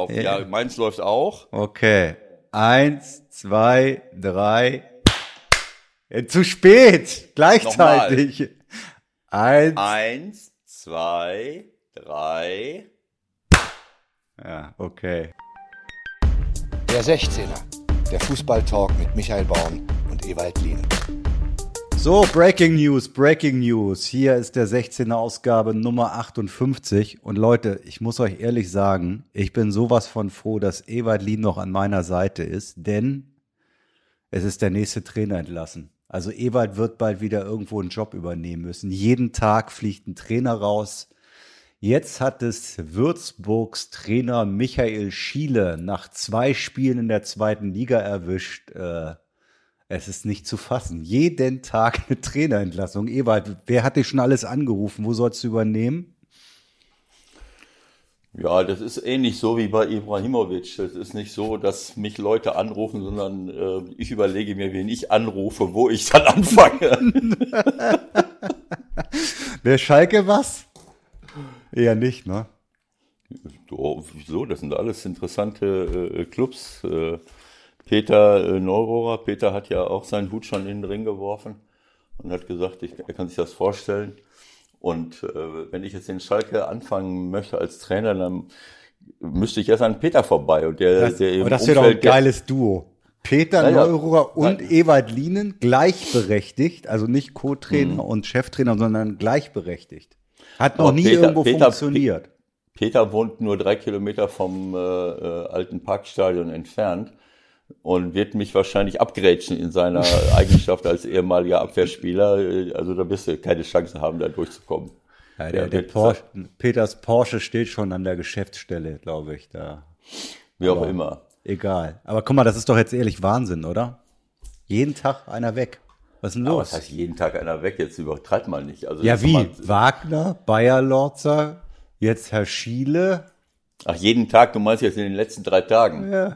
auf. Ja, meins läuft auch. Okay. 1, 2, 3. Zu spät. Gleichzeitig. Nochmal. 1, 2, 3. Ja, okay. Der 16er. Der Fußballtalk mit Michael Baum und Ewald Lien. So, Breaking News. Hier ist der 16er Ausgabe Nummer 58. Und Leute, ich muss euch ehrlich sagen, ich bin sowas von froh, dass Ewald Lien noch an meiner Seite ist, denn es ist der nächste Trainer entlassen. Also Ewald wird bald wieder irgendwo einen Job übernehmen müssen. Jeden Tag fliegt ein Trainer raus. Jetzt hat es Würzburgs Trainer Michael Schiele nach 2 Spielen in der 2. Liga erwischt. Es ist nicht zu fassen. Jeden Tag eine Trainerentlassung. Ewald, wer hat dich schon alles angerufen? Wo sollst du übernehmen? Ja, das ist ähnlich so wie bei Ibrahimovic. Das ist nicht so, dass mich Leute anrufen, sondern ich überlege mir, wen ich anrufe, wo ich dann anfange. Wer Schalke was? Eher nicht, ne? Wieso? Das sind alles interessante Clubs. Peter Neurohrer, Peter hat ja auch seinen Hut schon in den Ring geworfen und hat gesagt, er kann sich das vorstellen. Und wenn ich jetzt in Schalke anfangen möchte als Trainer, dann müsste ich erst an Peter vorbei. Und das wäre doch ein geiles Duo. Peter Neurohrer und Ewald Lien gleichberechtigt, also nicht Co-Trainer und Cheftrainer, sondern gleichberechtigt. Hat noch nie irgendwo funktioniert. Peter wohnt nur 3 Kilometer vom alten Parkstadion entfernt und wird mich wahrscheinlich abgrätschen in seiner Eigenschaft als ehemaliger Abwehrspieler. Also da wirst du keine Chance haben, da durchzukommen. Ja, Peters Porsche steht schon an der Geschäftsstelle, glaube ich. Da. Wie auch immer. Egal. Aber guck mal, das ist doch jetzt ehrlich Wahnsinn, oder? Jeden Tag einer weg. Was ist denn los? Was heißt jeden Tag einer weg? Jetzt übertreib mal nicht. Also ja, wie? Wagner, Bayer-Lorzer, jetzt Herr Schiele. Ach, jeden Tag? Du meinst jetzt in den letzten 3 Tagen? Ja.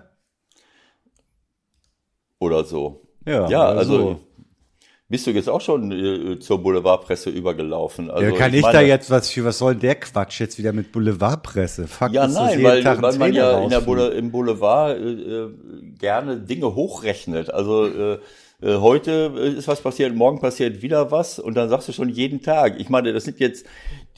Oder so. Ja, also so. Bist du jetzt auch schon zur Boulevardpresse übergelaufen? Also, ja, was soll denn der Quatsch jetzt wieder mit Boulevardpresse? Fakt ja, ist, nein, weil man ja im Boulevard gerne Dinge hochrechnet. Also heute ist was passiert, morgen passiert wieder was und dann sagst du schon jeden Tag. Ich meine, das sind jetzt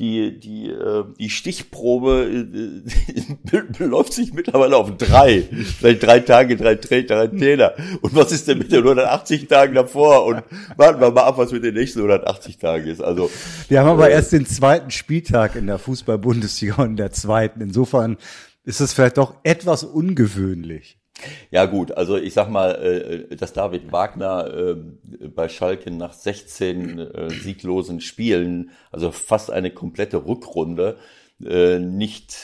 die Stichprobe beläuft sich mittlerweile auf 3. Seit 3 Tage, 3 Trainer. Und was ist denn mit den 180 Tagen davor? Und warten wir mal ab, was mit den nächsten 180 Tagen ist. Also wir haben aber erst den 2. Spieltag in der Fußball-Bundesliga und der 2. Insofern ist es vielleicht doch etwas ungewöhnlich. Ja gut, also ich sag mal, dass David Wagner bei Schalke nach 16 sieglosen Spielen, also fast eine komplette Rückrunde, nicht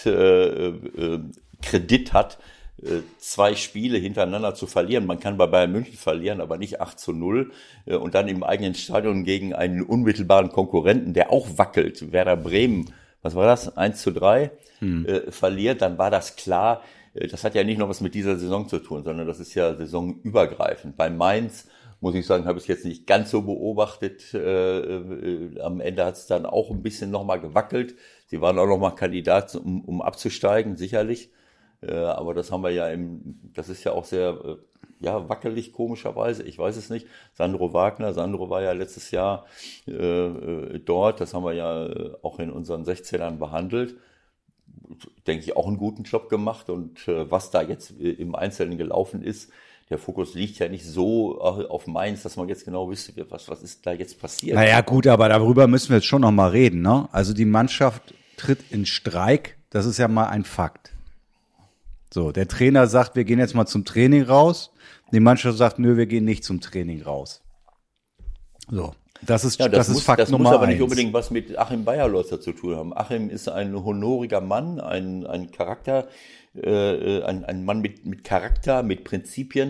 Kredit hat, 2 Spiele hintereinander zu verlieren. Man kann bei Bayern München verlieren, aber nicht 8-0 und dann im eigenen Stadion gegen einen unmittelbaren Konkurrenten, der auch wackelt, Werder Bremen, was war das, 1-3, verliert, dann war das klar. Das hat ja nicht noch was mit dieser Saison zu tun, sondern das ist ja saisonübergreifend. Bei Mainz, muss ich sagen, habe ich es jetzt nicht ganz so beobachtet. Am Ende hat es dann auch ein bisschen nochmal gewackelt. Sie waren auch nochmal Kandidat, um abzusteigen, sicherlich. Aber das haben wir ja das ist ja auch sehr wackelig, komischerweise. Ich weiß es nicht. Sandro war ja letztes Jahr dort. Das haben wir ja auch in unseren 16ern behandelt. Denke ich, auch einen guten Job gemacht und was da jetzt im Einzelnen gelaufen ist, der Fokus liegt ja nicht so auf Mainz, dass man jetzt genau wüsste, was ist da jetzt passiert. Naja gut, aber darüber müssen wir jetzt schon noch mal reden, ne? Also die Mannschaft tritt in Streik, das ist ja mal ein Fakt. So, der Trainer sagt, wir gehen jetzt mal zum Training raus, die Mannschaft sagt, nö, wir gehen nicht zum Training raus. So. Das ist Fakt Nummer 1. Das muss aber nicht unbedingt was mit Achim Bayer-Lorzer zu tun haben. Achim ist ein honoriger Mann, ein Charakter, ein Mann mit Charakter, mit Prinzipien.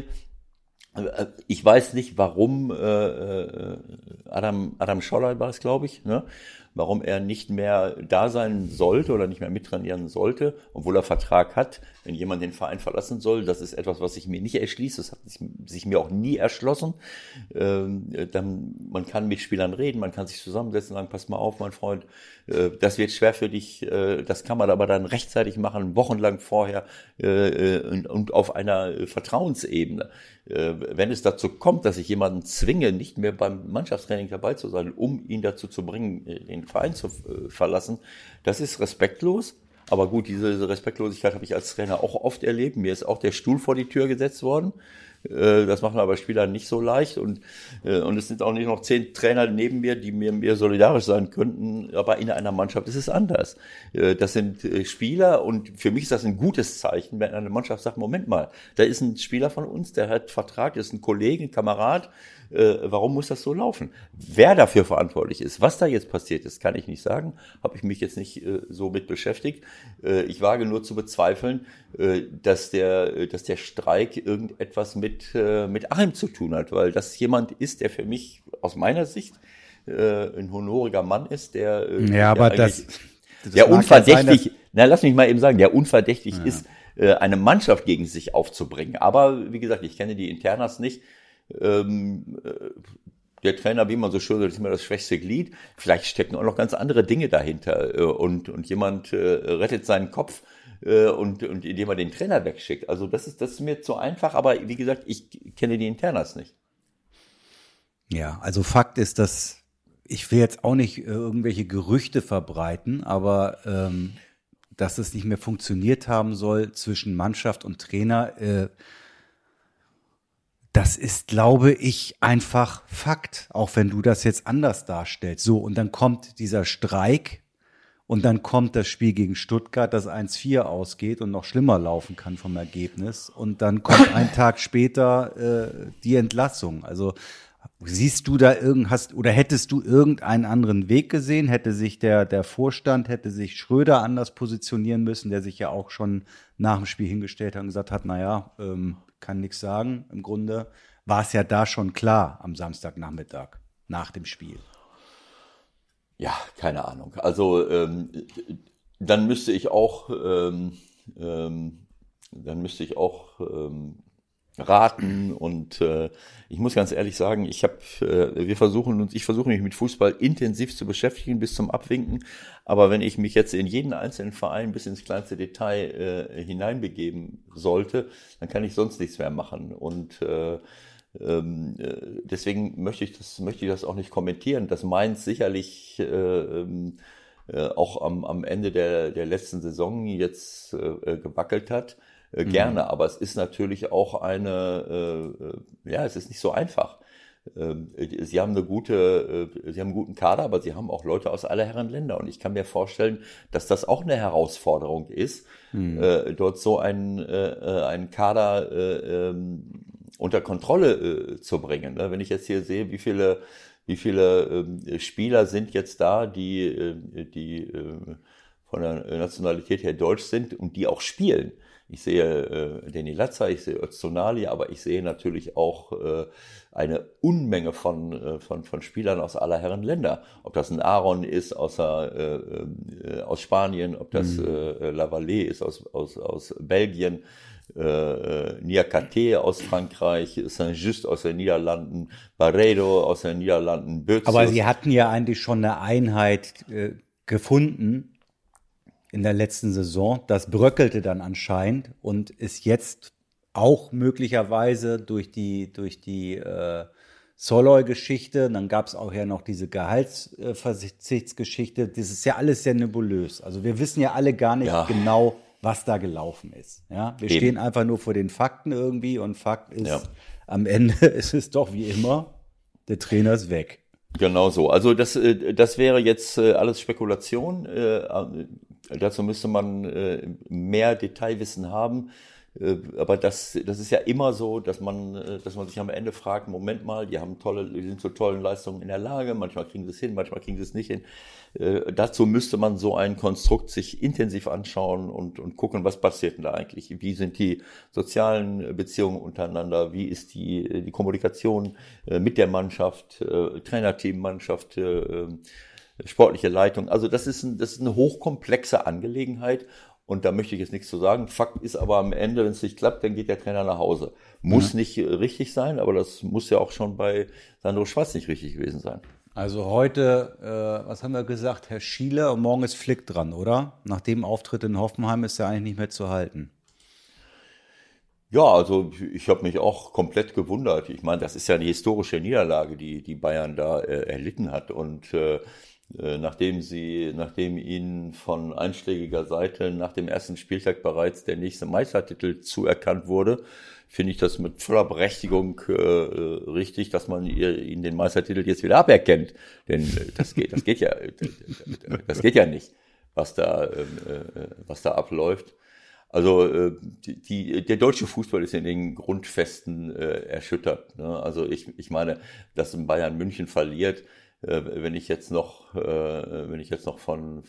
Ich weiß nicht, warum Adam Scholler war es, glaube ich, ne? warum er nicht mehr da sein sollte oder nicht mehr mittrainieren sollte, obwohl er Vertrag hat, wenn jemand den Verein verlassen soll. Das ist etwas, was sich mir nicht erschließt. Das hat sich mir auch nie erschlossen. Man kann mit Spielern reden, man kann sich zusammensetzen und sagen, pass mal auf, mein Freund, das wird schwer für dich, das kann man aber dann rechtzeitig machen, wochenlang vorher und auf einer Vertrauensebene. Wenn es dazu kommt, dass ich jemanden zwinge, nicht mehr beim Mannschaftstraining dabei zu sein, um ihn dazu zu bringen, den Verein zu verlassen, das ist respektlos. Aber gut, diese Respektlosigkeit habe ich als Trainer auch oft erlebt. Mir ist auch der Stuhl vor die Tür gesetzt worden. Das machen aber Spieler nicht so leicht und es sind auch nicht noch 10 Trainer neben mir, die mir solidarisch sein könnten, aber in einer Mannschaft ist es anders. Das sind Spieler und für mich ist das ein gutes Zeichen, wenn eine Mannschaft sagt, Moment mal, da ist ein Spieler von uns, der hat Vertrag, das ist ein Kollege, ein Kamerad, warum muss das so laufen? Wer dafür verantwortlich ist, was da jetzt passiert ist, kann ich nicht sagen, habe ich mich jetzt nicht so mit beschäftigt. Ich wage nur zu bezweifeln, dass der Streik irgendetwas mit Achim zu tun hat, weil das jemand ist, der für mich aus meiner Sicht ein honoriger Mann ist, der aber der das der unverdächtig, sein, lass mich mal eben sagen, der unverdächtig ist, eine Mannschaft gegen sich aufzubringen. Aber wie gesagt, ich kenne die Internas nicht. Der Trainer, wie man so schön sagt, ist immer das schwächste Glied. Vielleicht stecken auch noch ganz andere Dinge dahinter und jemand rettet seinen Kopf und indem er den Trainer wegschickt. Also das ist mir zu einfach, aber wie gesagt, ich kenne die Internas nicht. Ja, also Fakt ist, dass ich will jetzt auch nicht irgendwelche Gerüchte verbreiten, aber dass es nicht mehr funktioniert haben soll zwischen Mannschaft und Trainer, das ist, glaube ich, einfach Fakt, auch wenn du das jetzt anders darstellst. So, und dann kommt dieser Streik und dann kommt das Spiel gegen Stuttgart, das 1-4 ausgeht und noch schlimmer laufen kann vom Ergebnis. Und dann kommt ein Tag später die Entlassung. Also siehst du da oder hättest du irgendeinen anderen Weg gesehen? Hätte sich der Vorstand, hätte sich Schröder anders positionieren müssen, der sich ja auch schon nach dem Spiel hingestellt hat und gesagt hat, kann nichts sagen. Im Grunde war es ja da schon klar am Samstagnachmittag nach dem Spiel. Ja, keine Ahnung. Also dann müsste ich auch raten und ich muss ganz ehrlich sagen, ich versuche mich mit Fußball intensiv zu beschäftigen bis zum Abwinken, aber wenn ich mich jetzt in jeden einzelnen Verein bis ins kleinste Detail hineinbegeben sollte, dann kann ich sonst nichts mehr machen und deswegen möchte ich das auch nicht kommentieren, dass Mainz sicherlich auch am Ende der letzten Saison jetzt gewackelt hat. Gerne, aber es ist natürlich auch es ist nicht so einfach. Sie haben einen guten Kader, aber sie haben auch Leute aus aller Herren Länder und ich kann mir vorstellen, dass das auch eine Herausforderung ist, dort so einen Kader unter Kontrolle zu bringen. Wenn ich jetzt hier sehe, wie viele Spieler sind jetzt da, die von der Nationalität her deutsch sind und die auch spielen. Ich sehe Danny Latza, ich sehe Öztunali, aber ich sehe natürlich auch eine Unmenge von Spielern aus aller Herren Länder. Ob das ein Aaron ist aus Spanien, ob das Lavallée ist aus Belgien, Niakate aus Frankreich, Saint-Just aus den Niederlanden, Barredo aus den Niederlanden, Bötz. Aber sie hatten ja eigentlich schon eine Einheit gefunden in der letzten Saison. Das bröckelte dann anscheinend und ist jetzt auch möglicherweise durch die Soloy-Geschichte, dann gab es auch ja noch diese Gehaltsverzichtsgeschichte, das ist ja alles sehr nebulös. Also wir wissen ja alle gar nicht genau, was da gelaufen ist. Ja, wir stehen einfach nur vor den Fakten irgendwie und Fakt ist, am Ende ist es doch wie immer, der Trainer ist weg. Genau so. Also das wäre jetzt alles Spekulation. Dazu müsste man mehr Detailwissen haben. Aber das ist ja immer so, dass man sich am Ende fragt, Moment mal, die sind zu tollen Leistungen in der Lage, manchmal kriegen sie es hin, manchmal kriegen sie es nicht hin. Dazu müsste man so ein Konstrukt sich intensiv anschauen und gucken, was passiert denn da eigentlich? Wie sind die sozialen Beziehungen untereinander? Wie ist die Kommunikation mit der Mannschaft, Trainerteam, Mannschaft, sportliche Leitung. Also das ist eine hochkomplexe Angelegenheit. Und da möchte ich jetzt nichts zu sagen. Fakt ist aber am Ende, wenn es nicht klappt, dann geht der Trainer nach Hause. Muss nicht richtig sein, aber das muss ja auch schon bei Sandro Schwarz nicht richtig gewesen sein. Also heute, was haben wir gesagt, Herr Schiele, und morgen ist Flick dran, oder? Nach dem Auftritt in Hoffenheim ist er eigentlich nicht mehr zu halten. Ja, also ich habe mich auch komplett gewundert. Ich meine, das ist ja eine historische Niederlage, die Bayern da erlitten hat. Und nachdem ihnen von einschlägiger Seite nach dem ersten Spieltag bereits der nächste Meistertitel zuerkannt wurde, finde ich das mit voller Berechtigung richtig, dass man ihnen den Meistertitel jetzt wieder aberkennt. Denn das geht ja nicht, was da abläuft. Also der deutsche Fußball ist in den Grundfesten erschüttert. Ne? Also ich meine, dass in Bayern München verliert, wenn ich jetzt noch von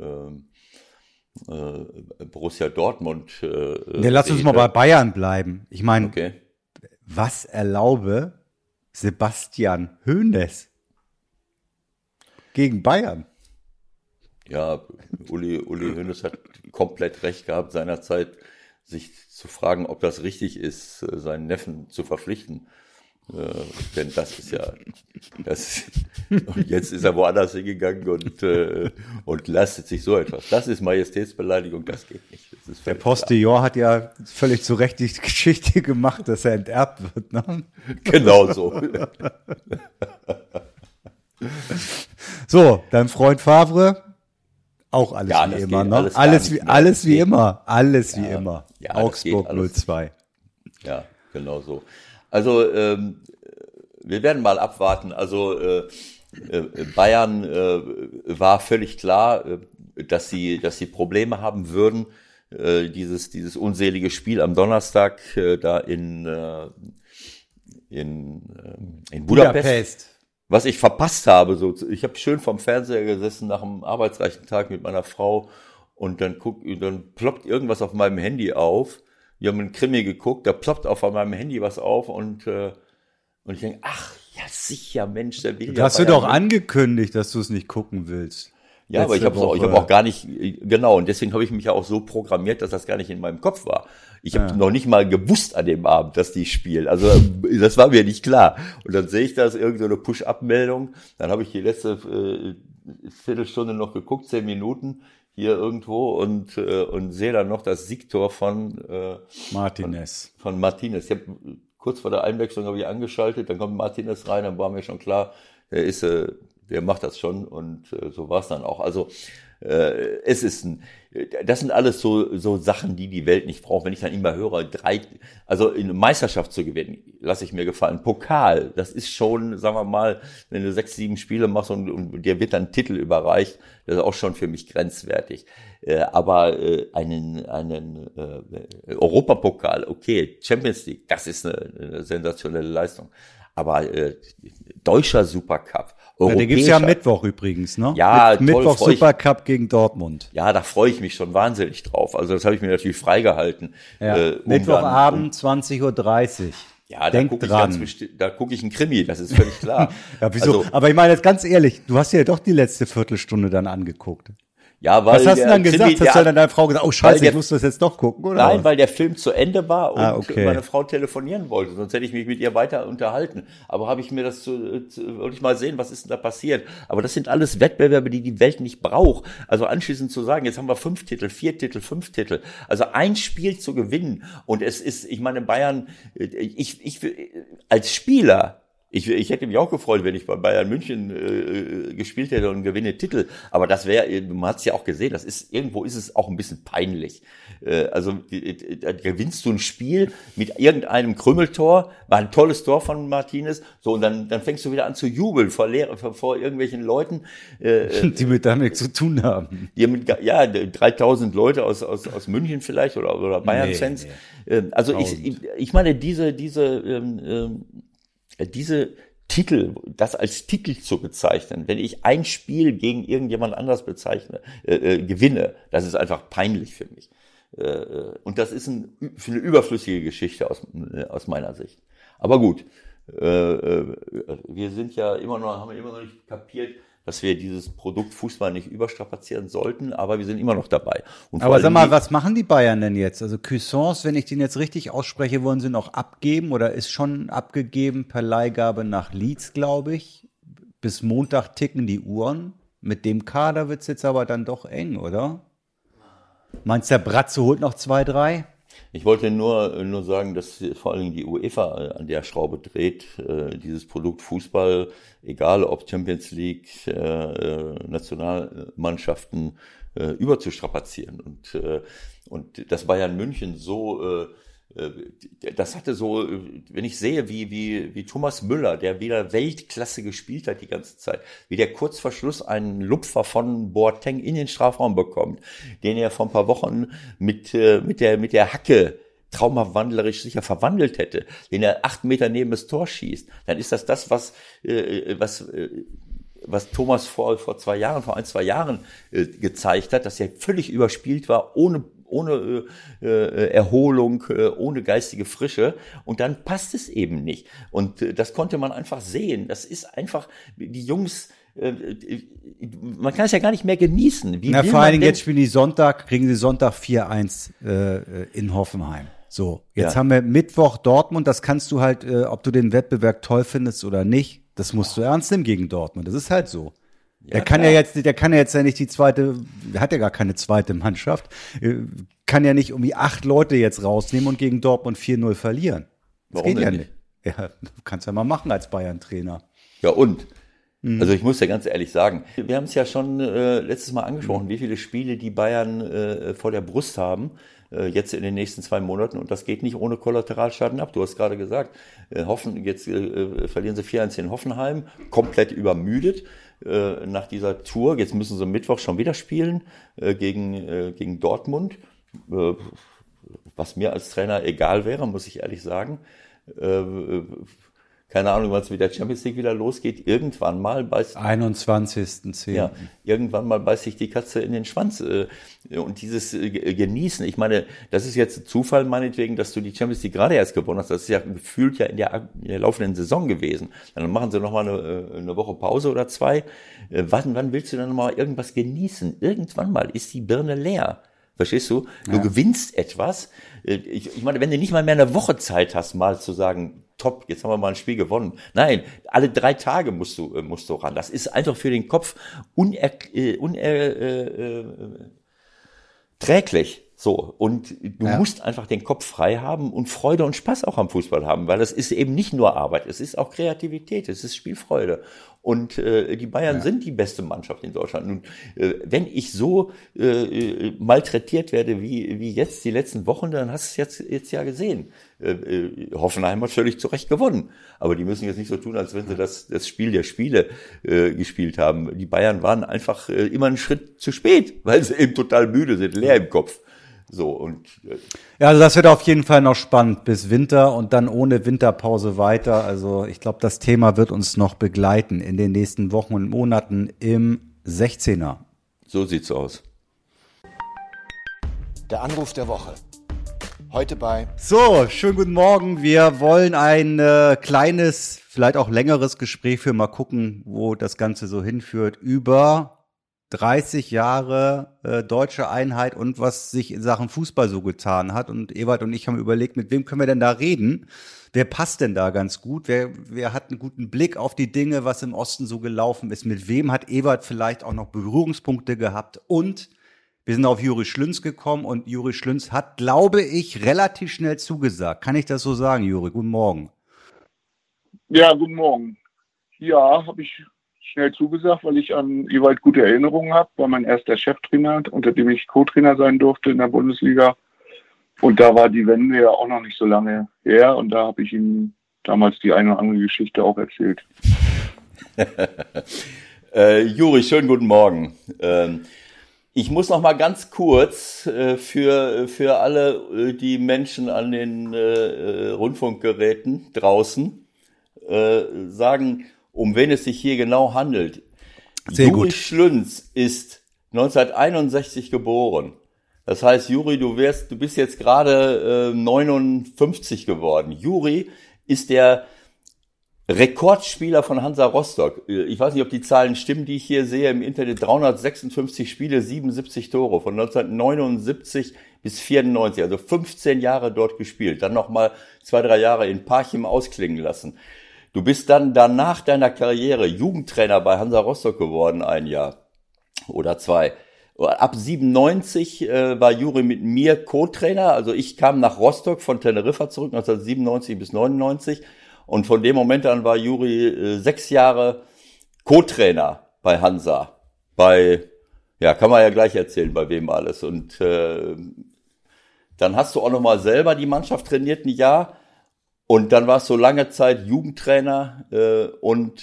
Borussia Dortmund lass uns mal bei Bayern bleiben. Ich meine, okay. Was erlaube Sebastian Hoeneß gegen Bayern? Ja, Uli Hoeneß hat komplett recht gehabt seinerzeit, sich zu fragen, ob das richtig ist, seinen Neffen zu verpflichten. Denn das ist ja, und jetzt ist er woanders hingegangen und leistet sich so etwas. Das ist Majestätsbeleidigung, das geht nicht. Das ist der Postillon hat ja völlig zu Recht die Geschichte gemacht, dass er enterbt wird. Ne? Genau so. So, dein Freund Favre, auch alles ja, wie immer, ne? Alles wie immer. Ja, Augsburg 0-2. Ja, genau so. Also wir werden mal abwarten. Also Bayern war völlig klar, dass sie Probleme haben würden. Dieses unselige Spiel am Donnerstag da in Budapest. Was ich verpasst habe, ich habe schön vorm Fernseher gesessen nach einem arbeitsreichen Tag mit meiner Frau und dann ploppt irgendwas auf meinem Handy auf. Wir haben einen Krimi geguckt, da ploppt auf meinem Handy was auf und ich denke, ach ja sicher, Mensch, der will ja. Hast du doch angekündigt, dass du es nicht gucken willst. Ja, aber ich habe auch gar nicht, genau, und deswegen habe ich mich ja auch so programmiert, dass das gar nicht in meinem Kopf war. Ich habe noch nicht mal gewusst an dem Abend, dass die spielen. Also das war mir nicht klar. Und dann sehe ich das, irgendeine Push-Up-Meldung. Dann habe ich die letzte Viertelstunde noch geguckt, 10 Minuten hier irgendwo und sehe dann noch das Siegtor von Martinez. Von Martinez. Ich habe kurz vor der Einwechslung habe ich angeschaltet, dann kommt Martinez rein, dann war mir schon klar, der macht das schon und so war es dann auch. Also das sind alles so Sachen, die Welt nicht braucht. Wenn ich dann immer höre, also in eine Meisterschaft zu gewinnen, lasse ich mir gefallen. Pokal, das ist schon, sagen wir mal, wenn du 6, 7 Spiele machst und dir wird dann ein Titel überreicht, das ist auch schon für mich grenzwertig. Aber einen Europapokal, okay, Champions League, das ist eine sensationelle Leistung. Aber deutscher Supercup, ja, den gibt's ja am Mittwoch übrigens, ne? Ja, Mittwoch Supercup gegen Dortmund. Ja, da freue ich mich schon wahnsinnig drauf. Also das habe ich mir natürlich freigehalten. Ja, Mittwochabend 20:30 Uhr. Ja, da gucke ich einen Krimi, das ist völlig klar. Ja, wieso? Also, aber ich meine jetzt ganz ehrlich, du hast dir ja doch die letzte Viertelstunde dann angeguckt. Ja, weil was hast du dann gesagt? Hast du dann deiner Frau gesagt, oh Scheiße, ich muss das jetzt doch gucken, oder? Nein, weil der Film zu Ende war und meine Frau telefonieren wollte. Sonst hätte ich mich mit ihr weiter unterhalten. Aber habe ich mir wollte ich mal sehen, was ist denn da passiert. Aber das sind alles Wettbewerbe, die Welt nicht braucht. Also anschließend zu sagen, jetzt haben wir 5 Titel, 4 Titel, 5 Titel. Also ein Spiel zu gewinnen. Und es ist, ich meine, Bayern, ich als Spieler, ich hätte mich auch gefreut, wenn ich bei Bayern München gespielt hätte und gewinne Titel. Aber das wäre, man hat es ja auch gesehen, irgendwo ist es auch ein bisschen peinlich. Also da gewinnst du ein Spiel mit irgendeinem Krümmeltor, war ein tolles Tor von Martinez, so und dann fängst du wieder an zu jubeln vor irgendwelchen Leuten, die mit damit zu tun haben. 3000 Leute aus München vielleicht oder Bayern-Fans. Nee. Also ich meine diese Titel, das als Titel zu bezeichnen, wenn ich ein Spiel gegen irgendjemand anders gewinne, das ist einfach peinlich für mich. Und das ist für eine überflüssige Geschichte aus meiner Sicht. Aber gut, wir sind ja haben immer noch nicht kapiert, dass wir dieses Produkt Fußball nicht überstrapazieren sollten, aber wir sind immer noch dabei. Und aber sag mal, was machen die Bayern denn jetzt? Also Cuisance, wenn ich den jetzt richtig ausspreche, wollen sie noch abgeben oder ist schon abgegeben per Leihgabe nach Leeds, glaube ich. Bis Montag ticken die Uhren. Mit dem Kader wird's jetzt aber dann doch eng, oder? Meinst du, der Bratzo holt noch 2, 3? Ich wollte nur sagen, dass vor allen Dingen die UEFA an der Schraube dreht, dieses Produkt Fußball, egal ob Champions League, Nationalmannschaften, überzustrapazieren. Und das Bayern München so, das hatte so, wenn ich sehe, wie Thomas Müller, der wieder Weltklasse gespielt hat die ganze Zeit, wie der kurz vor Schluss einen Lupfer von Boateng in den Strafraum bekommt, den er vor ein paar Wochen mit der Hacke traumwandlerisch sicher verwandelt hätte, den er 8 Meter neben das Tor schießt, dann ist das, was Thomas vor 2 Jahren gezeigt hat, dass er völlig überspielt war, ohne Erholung, ohne geistige Frische, und dann passt es eben nicht. Und das konnte man einfach sehen. Das ist einfach, die Jungs, man kann es ja gar nicht mehr genießen. Vor allen Dingen jetzt kriegen sie Sonntag 4-1 in Hoffenheim. So, jetzt haben wir Mittwoch Dortmund, das kannst du halt, ob du den Wettbewerb toll findest oder nicht, das musst du ernst nehmen gegen Dortmund. Das ist halt so. Der kann ja jetzt nicht die zweite, hat ja gar keine zweite Mannschaft, kann ja nicht irgendwie 8 Leute jetzt rausnehmen und gegen Dortmund 4-0 verlieren. Das Warum geht ja denn nicht. Ja, du kannst ja mal machen als Bayern-Trainer. Ja, und? Also ich muss ja ganz ehrlich sagen, wir haben es ja schon letztes Mal angesprochen, wie viele Spiele die Bayern vor der Brust haben, jetzt in den nächsten 2 Monaten, und das geht nicht ohne Kollateralschaden ab. Du hast gerade gesagt, jetzt verlieren sie 4-1 in Hoffenheim, komplett übermüdet nach dieser Tour. Jetzt müssen sie Mittwoch schon wieder spielen gegen Dortmund, was mir als Trainer egal wäre, muss ich ehrlich sagen. Keine Ahnung, wann es mit der Champions League wieder losgeht. Irgendwann mal beißt 21.10. Ja, irgendwann mal beißt sich die Katze in den Schwanz. Und dieses Genießen, ich meine, das ist jetzt Zufall meinetwegen, dass du die Champions League gerade erst gewonnen hast. Das ist ja gefühlt ja in der laufenden Saison gewesen. Dann machen sie nochmal eine Woche Pause oder 2. Wann willst du dann nochmal irgendwas genießen? Irgendwann mal ist die Birne leer. Verstehst du? Du gewinnst etwas. Ich meine, wenn du nicht mal mehr eine Woche Zeit hast, mal zu sagen, top, jetzt haben wir mal ein Spiel gewonnen. Nein, alle 3 Tage musst du ran. Das ist einfach für den Kopf unerträglich. So, und du musst einfach den Kopf frei haben und Freude und Spaß auch am Fußball haben, weil das ist eben nicht nur Arbeit, es ist auch Kreativität, es ist Spielfreude. Und die Bayern sind die beste Mannschaft in Deutschland. Und wenn ich so malträtiert werde wie jetzt die letzten Wochen, dann hast du es jetzt ja gesehen. Hoffenheim hat völlig zu Recht gewonnen. Aber die müssen jetzt nicht so tun, als wenn sie das Spiel der Spiele gespielt haben. Die Bayern waren einfach immer einen Schritt zu spät, weil sie eben total müde sind, leer im Kopf. So, und ja, also das wird auf jeden Fall noch spannend bis Winter und dann ohne Winterpause weiter. Also ich glaube, das Thema wird uns noch begleiten in den nächsten Wochen und Monaten im 16er. So sieht's aus. Der Anruf der Woche. Heute bei... So, schönen guten Morgen. Wir wollen ein kleines, vielleicht auch längeres Gespräch führen. Mal gucken, wo das Ganze so hinführt. Über 30 Jahre deutsche Einheit und was sich in Sachen Fußball so getan hat. Und Ewald und ich haben überlegt, mit wem können wir denn da reden? Wer passt denn da ganz gut? Wer hat einen guten Blick auf die Dinge, was im Osten so gelaufen ist? Mit wem hat Ewald vielleicht auch noch Berührungspunkte gehabt? Und wir sind auf Juri Schlünz gekommen und Juri Schlünz hat, glaube ich, relativ schnell zugesagt. Kann ich das so sagen, Juri? Guten Morgen. Ja, guten Morgen. Ja, habe ich schnell zugesagt, weil ich an Ewald gute Erinnerungen habe. War mein erster Cheftrainer, unter dem ich Co-Trainer sein durfte in der Bundesliga. Und da war die Wende ja auch noch nicht so lange her. Und da habe ich ihm damals die eine oder andere Geschichte auch erzählt. Juri, schönen guten Morgen. Ich muss noch mal ganz kurz für alle die Menschen an den Rundfunkgeräten draußen sagen, um wen es sich hier genau handelt. Juri Schlünz ist 1961 geboren. Das heißt, Juri, du bist jetzt gerade 59 geworden. Juri ist der Rekordspieler von Hansa Rostock. Ich weiß nicht, ob die Zahlen stimmen, die ich hier sehe im Internet. 356 Spiele, 77 Tore von 1979 bis 94, also 15 Jahre dort gespielt. Dann nochmal 2-3 Jahre in Parchim ausklingen lassen. Du bist dann danach deiner Karriere Jugendtrainer bei Hansa Rostock geworden, ein Jahr oder 2. Ab 97 war Juri mit mir Co-Trainer. Also ich kam nach Rostock von Teneriffa zurück, 1997 bis 99. Und von dem Moment an war Juri 6 Jahre Co-Trainer bei Hansa. Kann man ja gleich erzählen, bei wem alles. Und dann hast du auch nochmal selber die Mannschaft trainiert, ein Jahr. Und dann warst du lange Zeit Jugendtrainer und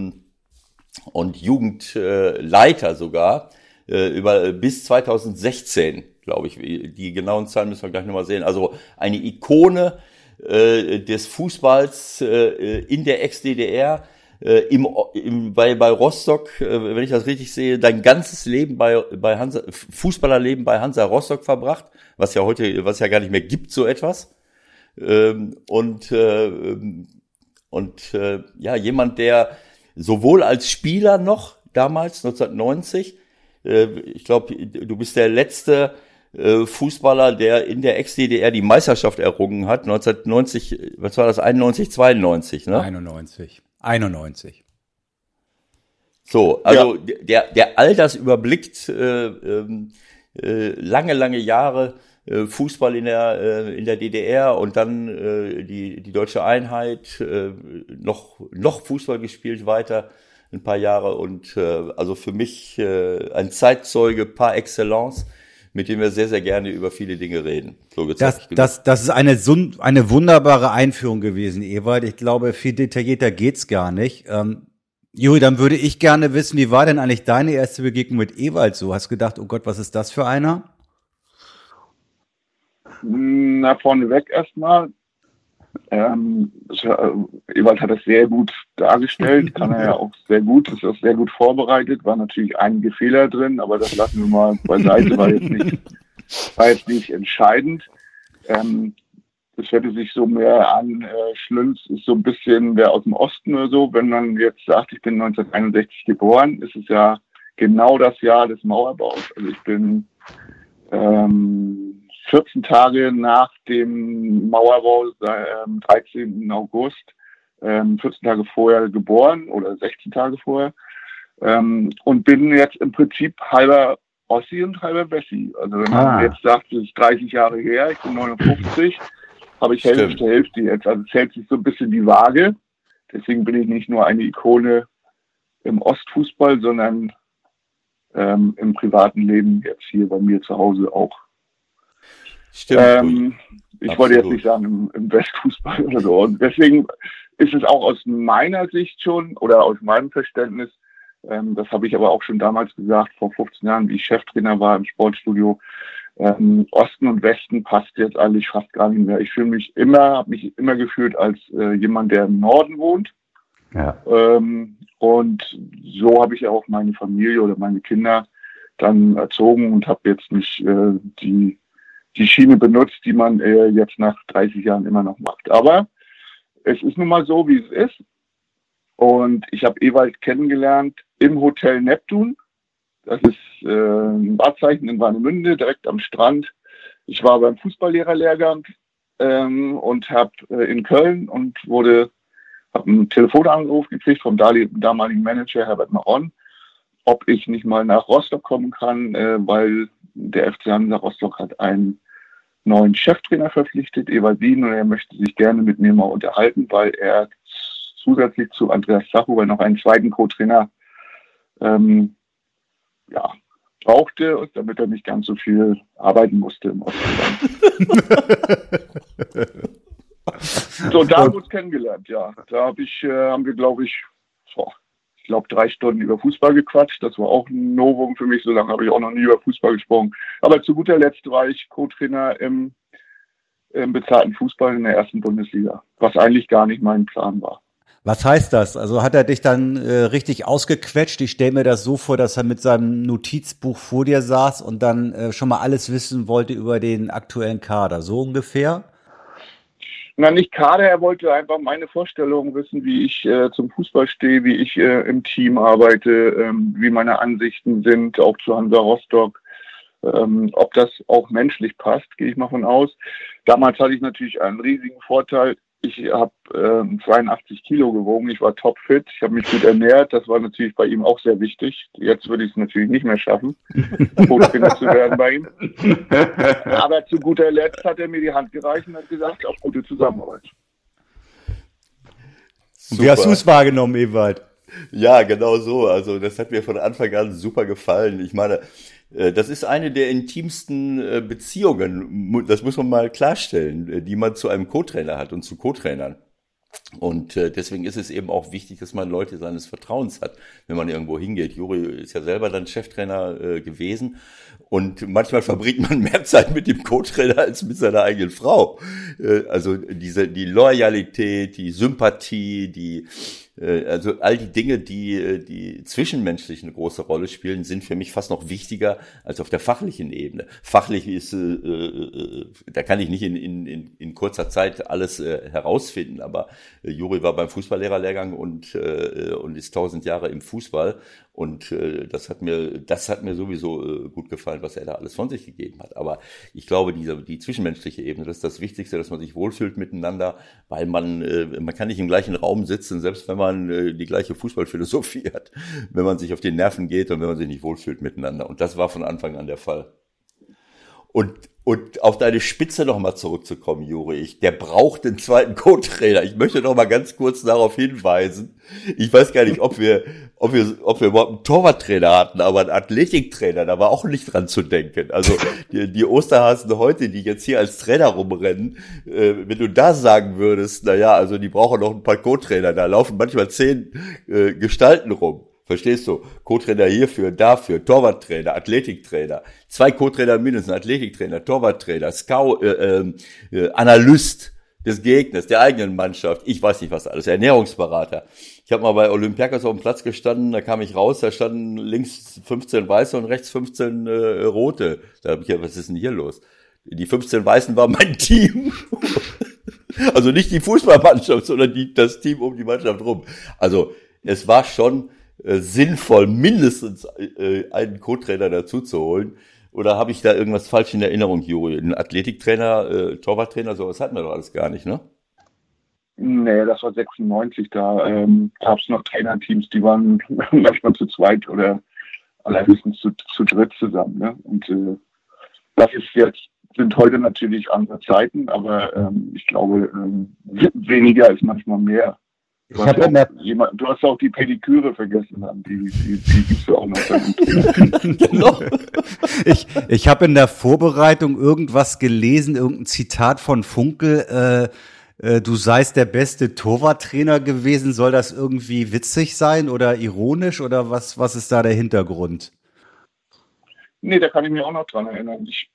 Jugendleiter sogar, bis 2016, glaube ich. Die genauen Zahlen müssen wir gleich nochmal sehen. Also eine Ikone des Fußballs in der Ex-DDR, bei Rostock, wenn ich das richtig sehe, dein ganzes Leben bei Hansa, Fußballerleben bei Hansa Rostock verbracht, was ja gar nicht mehr gibt, so etwas. Jemand, der sowohl als Spieler noch damals 1990, ich glaube, du bist der letzte Fußballer, der in der Ex-DDR die Meisterschaft errungen hat, 1990, was war das, 91, 92, ne? 91. So, also der all das überblickt, lange Jahre Fußball in der DDR und dann die deutsche Einheit, noch Fußball gespielt weiter, ein paar Jahre und also für mich ein Zeitzeuge par excellence, mit dem wir sehr, sehr gerne über viele Dinge reden. So das ist eine wunderbare Einführung gewesen, Ewald. Ich glaube, viel detaillierter geht's gar nicht. Juri, dann würde ich gerne wissen, wie war denn eigentlich deine erste Begegnung mit Ewald so? Hast du gedacht, oh Gott, was ist das für einer? Na, vorneweg erstmal. Ewald hat das sehr gut dargestellt, kann er ja auch sehr gut, ist auch sehr gut vorbereitet, war natürlich einige Fehler drin, aber das lassen wir mal beiseite, war jetzt nicht entscheidend. Das hörte sich so mehr an, Schlünz ist so ein bisschen der aus dem Osten oder so. Wenn man jetzt sagt, ich bin 1961 geboren, ist es ja genau das Jahr des Mauerbaus. Also ich bin 14 Tage nach dem Mauerbau, 13. August, 14 Tage vorher geboren oder 16 Tage vorher und bin jetzt im Prinzip halber Ossi und halber Wessi. Also wenn man jetzt sagt, das ist 30 Jahre her, ich bin 59, habe ich Hälfte jetzt. Also es hält sich so ein bisschen die Waage. Deswegen bin ich nicht nur eine Ikone im Ostfußball, sondern im privaten Leben jetzt hier bei mir zu Hause auch. Stimmt. Ich wollte jetzt nicht sagen im Westfußball oder so. Und deswegen ist es auch aus meiner Sicht schon oder aus meinem Verständnis, das habe ich aber auch schon damals gesagt, vor 15 Jahren, wie ich Cheftrainer war im Sportstudio, Osten und Westen passt jetzt eigentlich fast gar nicht mehr. Ich habe mich immer gefühlt als jemand, der im Norden wohnt. Ja. Und so habe ich ja auch meine Familie oder meine Kinder dann erzogen und habe jetzt nicht die Schiene benutzt, die man jetzt nach 30 Jahren immer noch macht. Aber es ist nun mal so, wie es ist. Und ich habe Ewald kennengelernt im Hotel Neptun. Das ist ein Wahrzeichen in Warnemünde, direkt am Strand. Ich war beim Fußballlehrerlehrgang und habe in Köln und habe einen Telefonanruf gekriegt vom damaligen Manager Herbert Maron, ob ich nicht mal nach Rostock kommen kann, weil der FC Hansa Rostock hat einen neuen Cheftrainer verpflichtet, Ewald Lien, und er möchte sich gerne mit mir mal unterhalten, weil er zusätzlich zu Andreas Sachuber noch einen zweiten Co-Trainer brauchte, damit er nicht ganz so viel arbeiten musste im Osten. So, da haben wir uns kennengelernt, ja. Da haben wir, glaube ich, 3 Stunden über Fußball gequatscht. Das war auch ein Novum für mich. So lange habe ich auch noch nie über Fußball gesprochen. Aber zu guter Letzt war ich Co-Trainer im bezahlten Fußball in der ersten Bundesliga, was eigentlich gar nicht mein Plan war. Was heißt das? Also hat er dich dann richtig ausgequetscht? Ich stelle mir das so vor, dass er mit seinem Notizbuch vor dir saß und dann schon mal alles wissen wollte über den aktuellen Kader. So ungefähr? Na, nicht Kader, er wollte einfach meine Vorstellungen wissen, wie ich zum Fußball stehe, wie ich im Team arbeite, wie meine Ansichten sind, auch zu Hansa Rostock. Ob das auch menschlich passt, gehe ich mal von aus. Damals hatte ich natürlich einen riesigen Vorteil. Ich habe 82 Kilo gewogen, ich war topfit, ich habe mich gut ernährt. Das war natürlich bei ihm auch sehr wichtig. Jetzt würde ich es natürlich nicht mehr schaffen, Co-Trainer zu werden bei ihm. Aber zu guter Letzt hat er mir die Hand gereicht und hat gesagt, auf gute Zusammenarbeit. Super. Wie hast du es wahrgenommen, Ewald? Ja, genau so. Also das hat mir von Anfang an super gefallen. Ich meine, das ist eine der intimsten Beziehungen, das muss man mal klarstellen, die man zu einem Co-Trainer hat und zu Co-Trainern. Und deswegen ist es eben auch wichtig, dass man Leute seines Vertrauens hat, wenn man irgendwo hingeht. Juri ist ja selber dann Cheftrainer gewesen und manchmal verbringt man mehr Zeit mit dem Co-Trainer als mit seiner eigenen Frau. Also die Loyalität, die Sympathie, also all die Dinge, die zwischenmenschlich eine große Rolle spielen, sind für mich fast noch wichtiger als auf der fachlichen Ebene. Fachlich ist, da kann ich nicht in kurzer Zeit alles herausfinden, aber Juri war beim Fußballlehrerlehrgang und ist 1000 Jahre im Fußball und das hat mir sowieso gut gefallen, was er da alles von sich gegeben hat. Aber ich glaube, die zwischenmenschliche Ebene, das ist das Wichtigste, dass man sich wohlfühlt miteinander, weil man kann nicht im gleichen Raum sitzen, selbst wenn man die gleiche Fußballphilosophie hat, wenn man sich auf die Nerven geht und wenn man sich nicht wohlfühlt miteinander. Und das war von Anfang an der Fall. Und auf deine Spitze nochmal zurückzukommen, Juri, der braucht den zweiten Co-Trainer. Ich möchte noch mal ganz kurz darauf hinweisen. Ich weiß gar nicht, ob wir überhaupt einen Torwarttrainer hatten, aber einen Athletiktrainer, da war auch nicht dran zu denken. Also die Osterhasen heute, die jetzt hier als Trainer rumrennen, wenn du da sagen würdest, naja, also die brauchen noch ein paar Co-Trainer, da laufen manchmal 10 Gestalten rum. Verstehst du? Co-Trainer hierfür, dafür, Torwarttrainer, Athletiktrainer, 2 Co-Trainer mindestens, Athletiktrainer, Torwarttrainer, Scout, Analyst des Gegners, der eigenen Mannschaft, ich weiß nicht was alles, Ernährungsberater. Ich habe mal bei Olympiakos auf dem Platz gestanden, da kam ich raus, da standen links 15 Weiße und rechts 15 Rote. Da habe ich ja, was ist denn hier los? Die 15 Weißen war mein Team. Also nicht die Fußballmannschaft, sondern das Team um die Mannschaft rum. Also es war schon sinnvoll, mindestens einen Co-Trainer dazu zu holen. Oder habe ich da irgendwas falsch in Erinnerung, Juri? Ein Athletiktrainer, Torwarttrainer, sowas hatten wir doch alles gar nicht, ne? Nee, das war 96. Da gab es noch Trainerteams, die waren manchmal zu zweit oder allerhöchstens zu dritt zusammen. Ne? Und das sind heute natürlich andere Zeiten, aber ich glaube, weniger ist manchmal mehr. Du hast auch die Pediküre vergessen, die gibt's ja auch noch. Genau. Ich habe in der Vorbereitung irgendwas gelesen, irgendein Zitat von Funkel, du seist der beste Torwarttrainer gewesen. Soll das irgendwie witzig sein oder ironisch oder was ist da der Hintergrund? Nee, da kann ich mich auch noch dran erinnern. Ich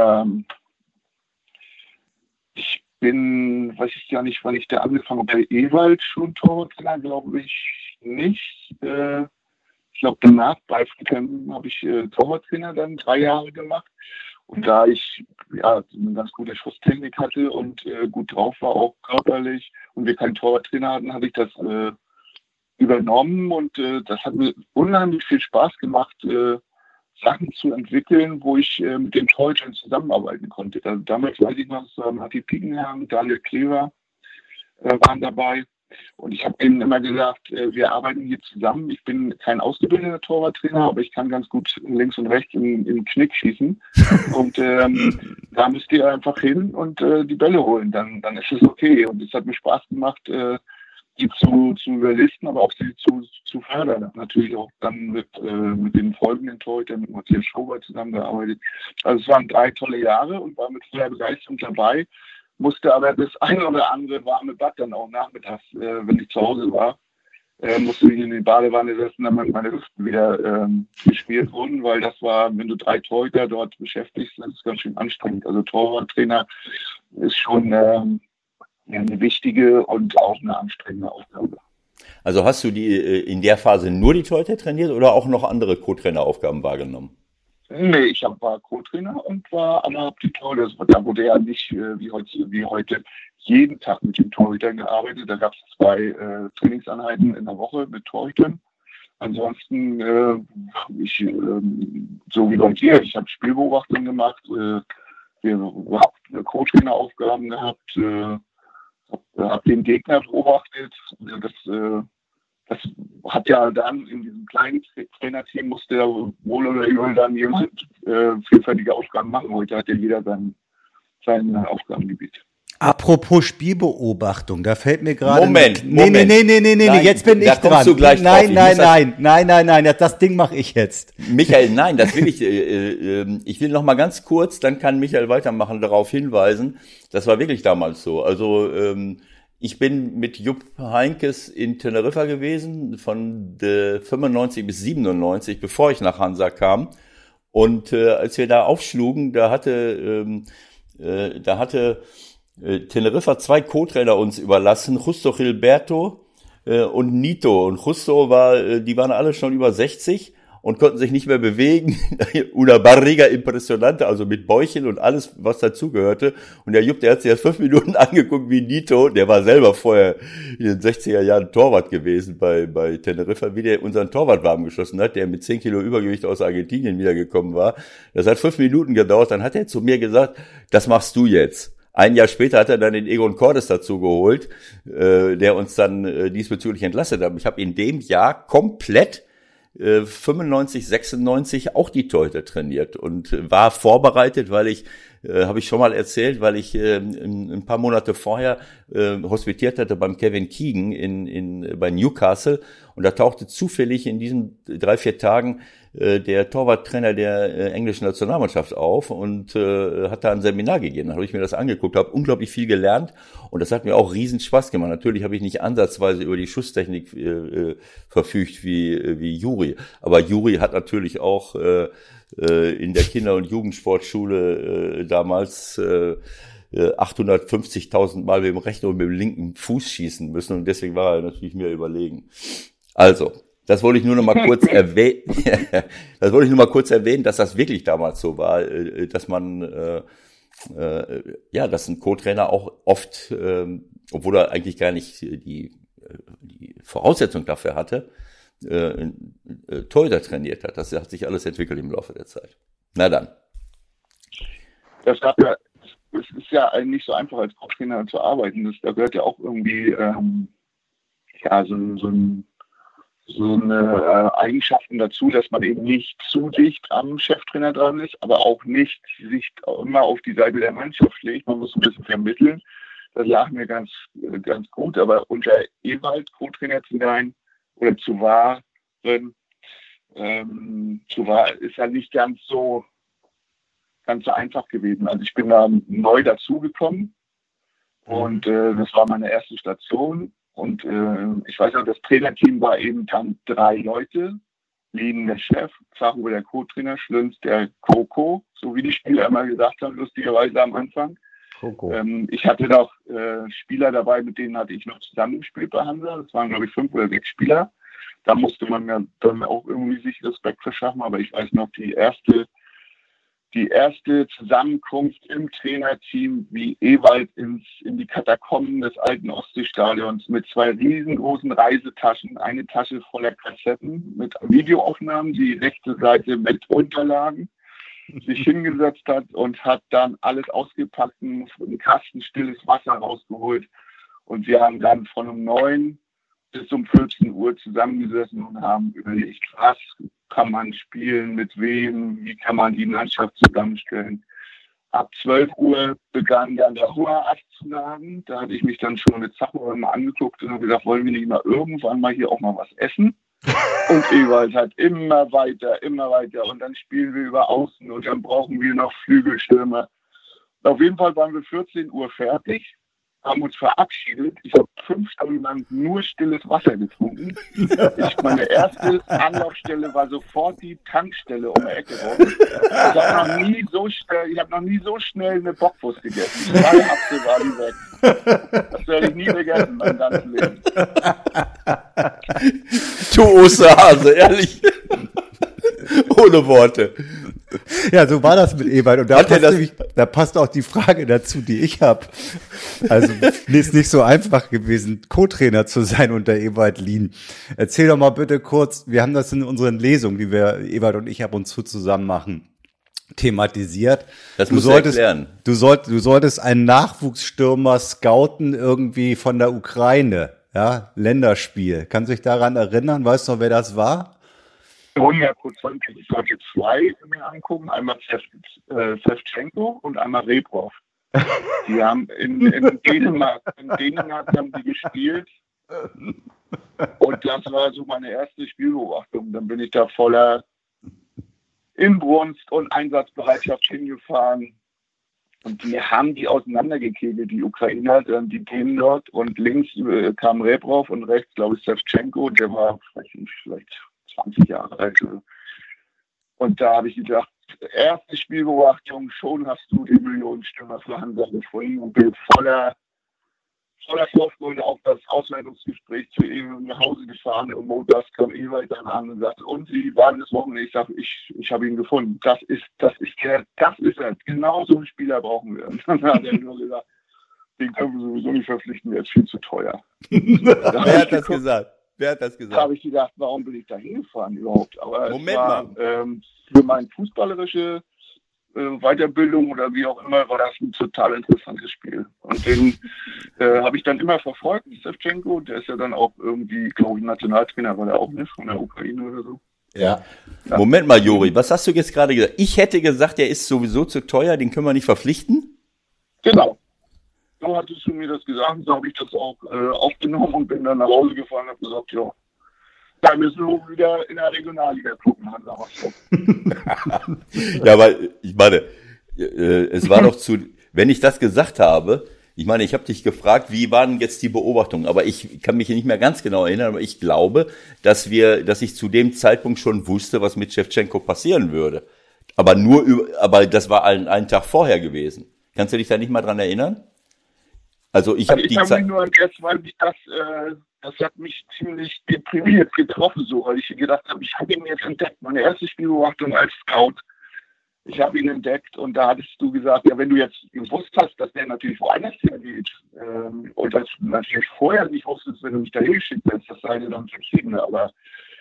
weiß ich gar nicht, wann ich da angefangen habe. Bei Ewald schon Torwarttrainer, glaube ich nicht. Ich glaube, danach bei Friedhelm habe ich Torwarttrainer dann 3 Jahre gemacht. Und da ich eine ganz gute Schusstechnik hatte und gut drauf war, auch körperlich, und wir keinen Torwarttrainer hatten, habe ich das übernommen. Und das hat mir unheimlich viel Spaß gemacht, Sachen zu entwickeln, wo ich mit den Torhütern zusammenarbeiten konnte. Also damals weiß ich noch, Martin Piekenherrn, Daniel Klever waren dabei. Und ich habe ihnen immer gesagt, wir arbeiten hier zusammen. Ich bin kein ausgebildeter Torwarttrainer, aber ich kann ganz gut links und rechts in den Knick schießen. Und da müsst ihr einfach hin und die Bälle holen. Dann ist es okay. Und es hat mir Spaß gemacht, die zu überlisten, aber auch sie zu fördern. Natürlich auch dann mit den folgenden Torhütern, mit Matthias Schauber zusammengearbeitet. Also es waren 3 tolle Jahre und war mit voller Begeisterung dabei. Musste aber das eine oder andere warme Bad dann auch nachmittags, wenn ich zu Hause war, musste ich in die Badewanne setzen, damit meine Hüften wieder geschmiert wurden, weil das war, wenn du 3 Torhüter dort beschäftigst, das ist ganz schön anstrengend. Also Torwarttrainer ist schon eine wichtige und auch eine anstrengende Aufgabe. Also hast du in der Phase nur die Torhüter trainiert oder auch noch andere Co-Traineraufgaben wahrgenommen? Nee, war Co-Trainer und war aber die Torhüter. Da wurde ja nicht wie heute jeden Tag mit den Torhütern gearbeitet. Da gab es 2 Trainingseinheiten in der Woche mit Torhütern. Ansonsten, so wie bei dir, ich habe Spielbeobachtung gemacht, wir haben Co-Trainer-Aufgaben gehabt, habe den Gegner beobachtet. Das hat ja dann in diesem kleinen Trainerteam musste ja wohl oder übel dann jemand vielfältige Aufgaben machen. Heute hat ja jeder sein Aufgabengebiet. Apropos Spielbeobachtung, da fällt mir gerade... Moment. Nee, jetzt bin ich dran. Du gleich Nein, das Ding mache ich jetzt. Michael, nein, das will ich. Ich will noch mal ganz kurz, dann kann Michael weitermachen, darauf hinweisen. Das war wirklich damals so. Also ich bin mit Jupp Heynckes in Teneriffa gewesen, von 95 bis 97, bevor ich nach Hansa kam. Und als wir da aufschlugen, da hatte Teneriffa 2 Co-Trainer uns überlassen, Justo Gilberto und Nito. Und Justo die waren alle schon über 60 und konnten sich nicht mehr bewegen. Una barriga impressionante, also mit Bäuchen und alles, was dazugehörte. Und der Jupp, der hat sich erst 5 Minuten angeguckt wie Nito. Der war selber vorher in den 60er Jahren Torwart gewesen bei Teneriffa, wie der unseren Torwart warm geschossen hat, der mit 10 Kilo Übergewicht aus Argentinien wiedergekommen war. Das hat 5 Minuten gedauert. Dann hat er zu mir gesagt, das machst du jetzt. Ein Jahr später hat er dann den Egon Cordes dazu geholt, der uns dann diesbezüglich entlastet hat. Ich habe in dem Jahr komplett 95, 96 auch die Torhüter trainiert und war vorbereitet, weil ich, habe ich schon mal erzählt, weil ich ein paar Monate vorher hospitiert hatte beim Kevin Keegan bei Newcastle, und da tauchte zufällig in diesen 3-4 Tagen der Torwarttrainer der englischen Nationalmannschaft auf und hat da ein Seminar gegeben. Da habe ich mir das angeguckt, habe unglaublich viel gelernt, und das hat mir auch riesen Spaß gemacht. Natürlich habe ich nicht ansatzweise über die Schusstechnik verfügt wie Juri, aber Juri hat natürlich auch in der Kinder- und Jugendsportschule damals 850.000 Mal mit dem rechten und mit dem linken Fuß schießen müssen, und deswegen war er natürlich mir überlegen. Also, das wollte ich nur noch mal kurz erwähnen. Das wollte ich nur mal kurz erwähnen, dass das wirklich damals so war, dass man, dass ein Co-Trainer auch oft, obwohl er eigentlich gar nicht die Voraussetzung dafür hatte, Torhüter trainiert hat. Das hat sich alles entwickelt im Laufe der Zeit. Na dann. Es ist ja nicht so einfach, als Co-Trainer zu arbeiten. Da gehört ja auch irgendwie so eine Eigenschaften dazu, dass man eben nicht zu dicht am Cheftrainer dran ist, aber auch nicht sich immer auf die Seite der Mannschaft schlägt. Man muss ein bisschen vermitteln. Das lag mir ganz gut, aber unter Ewald Co-Trainer zu sein oder zu waren, ist ja nicht ganz so einfach gewesen. Also ich bin da neu dazugekommen und das war meine erste Station. Und ich weiß noch, das Trainerteam war eben dann 3 Leute. Lien, der Chef, Zacho, der Co-Trainer, Schlünz, der Coco, so wie die Spieler immer gesagt haben, lustigerweise am Anfang. Ich hatte noch Spieler dabei, mit denen hatte ich noch zusammengespielt bei Hansa. Das waren, glaube ich, 5 oder 6 Spieler. Da musste man ja dann auch irgendwie sich Respekt verschaffen. Aber ich weiß noch, die erste Zusammenkunft im Trainerteam, wie Ewald in die Katakomben des alten Ostseestadions mit 2 riesengroßen Reisetaschen, eine Tasche voller Kassetten mit Videoaufnahmen, die rechte Seite mit Unterlagen, sich hingesetzt hat und hat dann alles ausgepackt, einen Kasten stilles Wasser rausgeholt. Und wir haben dann von um 9 bis um 14 Uhr zusammengesessen und haben überlegt, was kann man spielen, mit wem, wie kann man die Mannschaft zusammenstellen. Ab 12 Uhr begann dann der Hungerast zu nagen. Da hatte ich mich dann schon mit Zacho mal angeguckt und habe gesagt, wollen wir nicht mal irgendwann mal hier auch mal was essen? Und Ewald hat immer weiter und dann spielen wir über Außen und dann brauchen wir noch Flügelstürmer. Auf jeden Fall waren wir 14 Uhr fertig, haben uns verabschiedet. Ich habe 5 Stunden lang nur stilles Wasser getrunken. Meine erste Anlaufstelle war sofort die Tankstelle um die Ecke rum. Ich habe noch nie so schnell eine Bockwurst gegessen. 2 Apfel war die weg. Das werde ich nie vergessen, mein ganzes Leben. Du Osterhase, ehrlich. Ohne Worte. Ja, so war das mit Ewald. Und da passt auch die Frage dazu, die ich habe. Also ist nicht so einfach gewesen, Co-Trainer zu sein unter Ewald Lien. Erzähl doch mal bitte kurz, wir haben das in unseren Lesungen, die wir, Ewald und ich, ab und zu zusammen machen, thematisiert. Das musst du erklären. Du solltest einen Nachwuchsstürmer scouten irgendwie von der Ukraine. Ja, Länderspiel. Kannst du dich daran erinnern? Weißt du noch, wer das war? 100%. Ich sollte zwei mir angucken. Einmal Shevchenko und einmal Rebrov. Die haben in Dänemark haben die gespielt. Und das war so meine erste Spielbeobachtung. Dann bin ich da voller Inbrunst und Einsatzbereitschaft hingefahren. Und die haben die auseinandergekegelt, die Ukrainer, die Dänen dort. Und links kam Rebrov und rechts, glaube ich, Shevchenko. Der war vielleicht 20 Jahre alt. Und da habe ich gedacht, erste Spielbeobachtung, schon hast du die Millionenstürmer für Hansa gefunden und bin voller Vorfreude auf das Auswertungsgespräch zu ihm nach Hause gefahren. Und montags kam Ewald dann an und sagte, und Sie waren das Wochenende? Ich sage, ich habe ihn gefunden. Das ist er. Genau so einen Spieler brauchen wir. Und dann hat er nur gesagt, den können wir sowieso nicht verpflichten, der ist viel zu teuer. Wer hat das gesagt? Da habe ich gedacht, warum bin ich da hingefahren überhaupt? Aber Moment mal. Für meine fußballerische Weiterbildung oder wie auch immer, war das ein total interessantes Spiel. Und den habe ich dann immer verfolgt, Shevchenko. Der ist ja dann auch irgendwie, glaube ich, Nationaltrainer, war der auch nicht von der Ukraine oder so. Ja. Moment mal, Juri, was hast du jetzt gerade gesagt? Ich hätte gesagt, der ist sowieso zu teuer, den können wir nicht verpflichten? Genau. So hattest du mir das gesagt, so habe ich das auch aufgenommen und bin dann nach Hause gefahren und habe gesagt, ja, da müssen wir wieder in der Regionalliga gucken. Ja, aber ich meine, es war doch wenn ich das gesagt habe, ich meine, ich habe dich gefragt, wie waren jetzt die Beobachtungen, aber ich kann mich nicht mehr ganz genau erinnern, aber ich glaube, dass ich zu dem Zeitpunkt schon wusste, was mit Shevchenko passieren würde. Aber aber das war einen Tag vorher gewesen. Kannst du dich da nicht mal dran erinnern? Also ich habe mich nur entgessen, weil das hat mich ziemlich deprimiert getroffen, so, weil ich gedacht habe, ich habe ihn jetzt entdeckt. Meine erste Spielbeobachtung als Scout. Ich habe ihn entdeckt und da hattest du gesagt, ja, wenn du jetzt gewusst hast, dass der natürlich woanders hingeht und das natürlich vorher nicht wusstest, wenn du mich da hingeschickt hast, das sei dir dann verschieden. Aber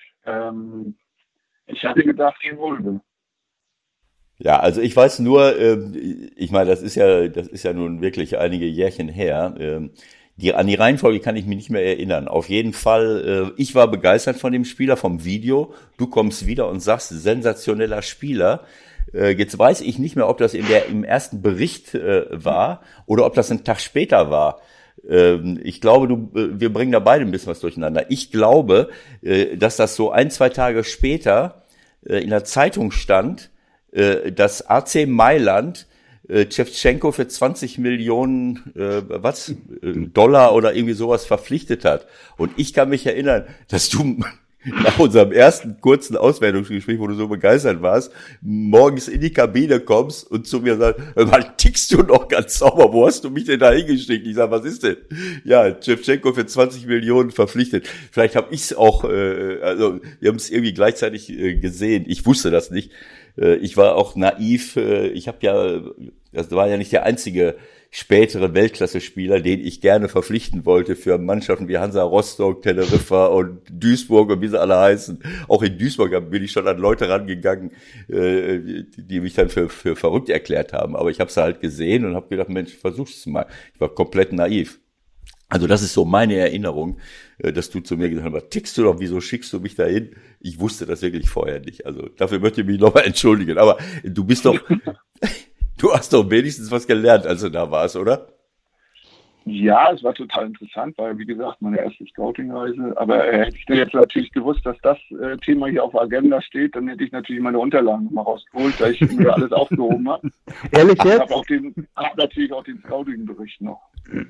ich hatte gedacht, ihn holen. Ja, also ich weiß nur, ich meine, das ist ja nun wirklich einige Jährchen her. An die Reihenfolge kann ich mich nicht mehr erinnern. Auf jeden Fall, ich war begeistert von dem Spieler, vom Video. Du kommst wieder und sagst, sensationeller Spieler. Jetzt weiß ich nicht mehr, ob das im ersten Bericht war oder ob das einen Tag später war. Ich glaube, wir bringen da beide ein bisschen was durcheinander. Ich glaube, dass das so 1-2 Tage später in der Zeitung stand, dass AC Mailand Shevchenko für 20 Millionen Dollar oder irgendwie sowas verpflichtet hat. Und ich kann mich erinnern, dass du nach unserem ersten kurzen Auswertungsgespräch, wo du so begeistert warst, morgens in die Kabine kommst und zu mir sagst, mal tickst du noch ganz sauber, wo hast du mich denn da hingeschickt? Ich sag, was ist denn? Ja, Shevchenko für 20 Millionen verpflichtet. Vielleicht habe ich es auch, also wir haben es irgendwie gleichzeitig gesehen. Ich wusste das nicht. Ich war auch naiv. Das war ja nicht der einzige spätere Weltklasse-Spieler, den ich gerne verpflichten wollte für Mannschaften wie Hansa Rostock, Teneriffa und Duisburg und wie sie alle heißen. Auch in Duisburg bin ich schon an Leute rangegangen, die mich dann für verrückt erklärt haben. Aber ich habe es halt gesehen und habe gedacht, Mensch, versuch's mal. Ich war komplett naiv. Also das ist so meine Erinnerung, dass du zu mir gesagt hast, tickst du doch, wieso schickst du mich da hin? Ich wusste das wirklich vorher nicht. Also dafür möchte ich mich nochmal entschuldigen. Aber du hast doch wenigstens was gelernt, als du da warst, oder? Ja, es war total interessant, weil, wie gesagt, meine erste Scouting-Reise. Aber hätte ich jetzt natürlich gewusst, dass das Thema hier auf der Agenda steht, dann hätte ich natürlich meine Unterlagen mal rausgeholt, da ich mir alles aufgehoben habe. Ehrlich jetzt? Ich habe natürlich auch den Scouting-Bericht noch.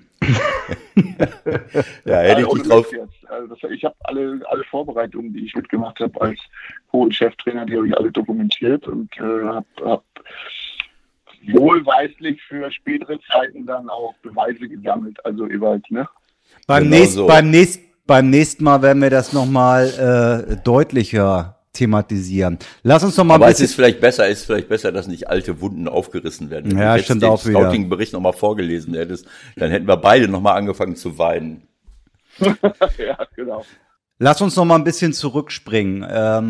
Ja, hätte ich dich drauf. Also ich habe alle Vorbereitungen, die ich mitgemacht habe als Cheftrainer, die habe ich alle dokumentiert und habe wohlweislich für spätere Zeiten dann auch Beweise gesammelt. Also Ewald, ne? Beim nächsten Mal werden wir das nochmal deutlicher thematisieren. Lass uns noch mal Aber ein es bisschen... ist vielleicht besser, dass nicht alte Wunden aufgerissen werden. Wenn Ja, du jetzt stimmt den auch wieder. Scouting-Bericht nochmal vorgelesen hättest, dann hätten wir beide nochmal angefangen zu weinen. Ja, genau. Lass uns noch mal ein bisschen zurückspringen.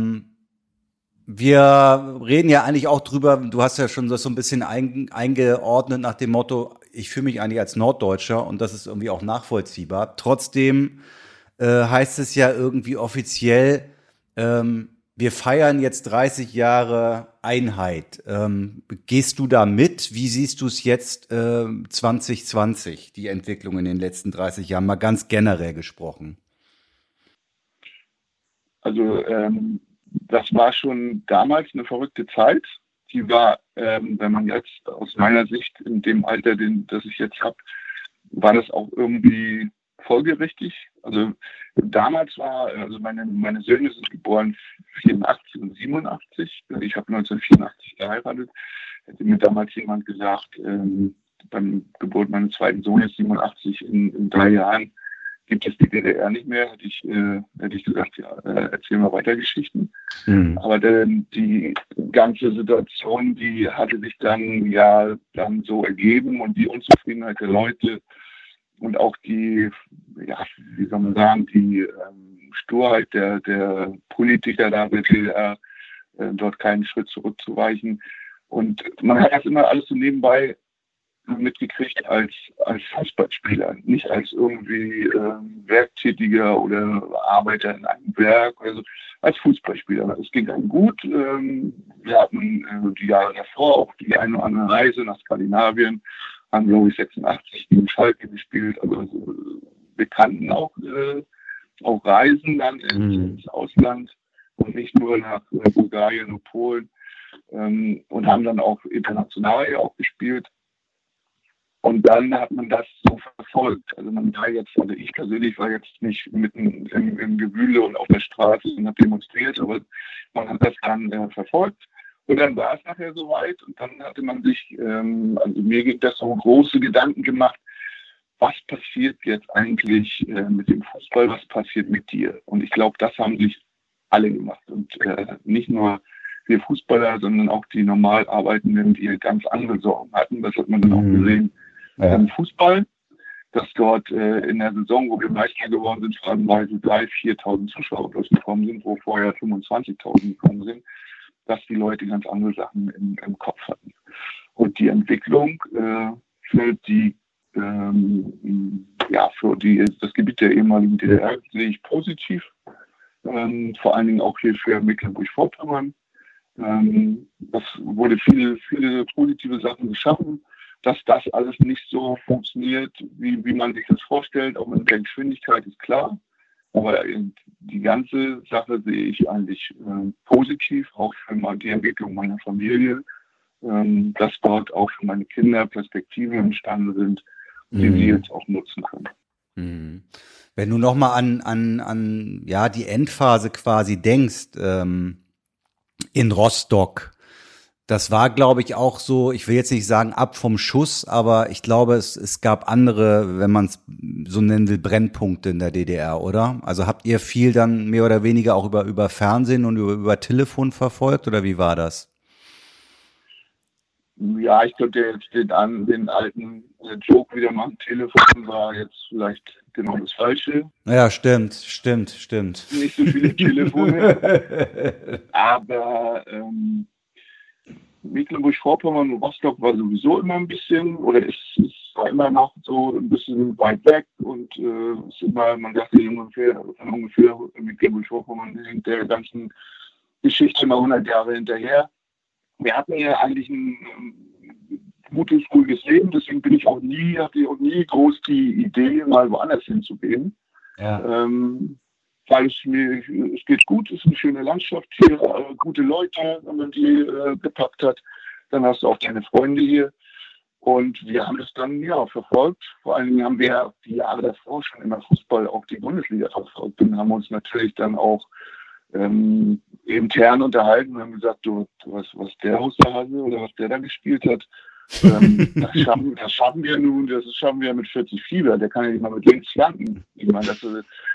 Wir reden ja eigentlich auch drüber, du hast ja schon das so ein bisschen eingeordnet nach dem Motto, ich fühle mich eigentlich als Norddeutscher und das ist irgendwie auch nachvollziehbar. Trotzdem heißt es ja irgendwie offiziell, wir feiern jetzt 30 Jahre Einheit. Gehst du da mit? Wie siehst du es jetzt 2020, die Entwicklung in den letzten 30 Jahren, mal ganz generell gesprochen? Also das war schon damals eine verrückte Zeit. Die war, wenn man jetzt aus meiner Sicht in dem Alter, das ich jetzt habe, war das auch irgendwie folgerichtig. Also damals also meine Söhne sind geboren 84 und 87. Ich habe 1984 geheiratet. Hätte mir damals jemand gesagt, beim Geburt meines zweiten Sohnes 87 in 3 Jahren gibt es die DDR nicht mehr, hätte ich gesagt, ja, erzählen wir weiter Geschichten. Mhm. Aber die ganze Situation, die hatte sich dann so ergeben und die Unzufriedenheit der Leute und auch die, wie soll man sagen, die Sturheit der Politiker da der DDR, dort keinen Schritt zurückzuweichen. Und man hat das immer alles so nebenbei mitgekriegt als Fußballspieler, nicht als irgendwie Werktätiger oder Arbeiter in einem Werk oder so, als Fußballspieler. Es ging einem gut. Wir hatten die Jahre davor auch die eine oder andere Reise nach Skandinavien, haben glaube ich 86 gegen Schalke gespielt, also wir kannten auch Reisen dann ins Ausland und nicht nur nach Bulgarien und Polen und haben dann auch international auch gespielt. Und dann hat man das so verfolgt. Also ich persönlich war jetzt nicht mitten im Gewühle und auf der Straße und habe demonstriert, aber man hat das dann verfolgt. Und dann war es nachher soweit und dann hatte man sich, also mir ging das so große Gedanken gemacht, was passiert jetzt eigentlich mit dem Fußball, was passiert mit dir? Und ich glaube, das haben sich alle gemacht und nicht nur wir Fußballer, sondern auch die normal Arbeitenden, die ganz andere Sorgen hatten. Das hat man dann auch gesehen. Im Fußball, dass dort in der Saison, wo wir Meister geworden sind, phasenweise 3.000, 4.000 Zuschauer gekommen sind, wo vorher 25.000 gekommen sind, dass die Leute ganz andere Sachen im Kopf hatten. Und die Entwicklung für das Gebiet der ehemaligen DDR sehe ich positiv. Vor allen Dingen auch hier für Mecklenburg-Vorpommern. Es wurde viele positive Sachen geschaffen. Dass das alles nicht so funktioniert, wie man sich das vorstellt, auch mit der Geschwindigkeit ist klar. Aber die ganze Sache sehe ich eigentlich positiv, auch für die Entwicklung meiner Familie, dass dort auch für meine Kinder Perspektiven entstanden sind, die sie jetzt auch nutzen können. Wenn du nochmal an die Endphase quasi denkst, in Rostock, das war, glaube ich, auch so, ich will jetzt nicht sagen ab vom Schuss, aber ich glaube, es gab andere, wenn man es so nennen will, Brennpunkte in der DDR, oder? Also habt ihr viel dann mehr oder weniger auch über Fernsehen und über Telefon verfolgt, oder wie war das? Ja, ich glaube, den alten Joke wieder machen, Telefon war jetzt vielleicht genau das Falsche. Ja, stimmt. Nicht so viele Telefone, aber Mecklenburg-Vorpommern und Rostock war sowieso immer ein bisschen, oder es war immer noch so ein bisschen weit weg und ist immer, man dachte ungefähr Mecklenburg-Vorpommern hinter der ganzen Geschichte immer 100 Jahre hinterher. Wir hatten ja eigentlich ein gutes, ruhiges Leben, deswegen hatte ich auch nie groß die Idee, mal woanders hinzugehen. Ja. Weil es geht gut, es ist eine schöne Landschaft hier, gute Leute, wenn man die gepackt hat, dann hast du auch deine Freunde hier. Und wir haben das dann verfolgt. Vor allen Dingen haben wir die Jahre davor schon immer Fußball, auch die Bundesliga verfolgt und haben uns natürlich dann auch intern unterhalten und haben gesagt, was der Osterhase oder was der da gespielt hat, das schaffen wir mit 40 Fieber, der kann ja nicht mal mit links flanken. Ich meine,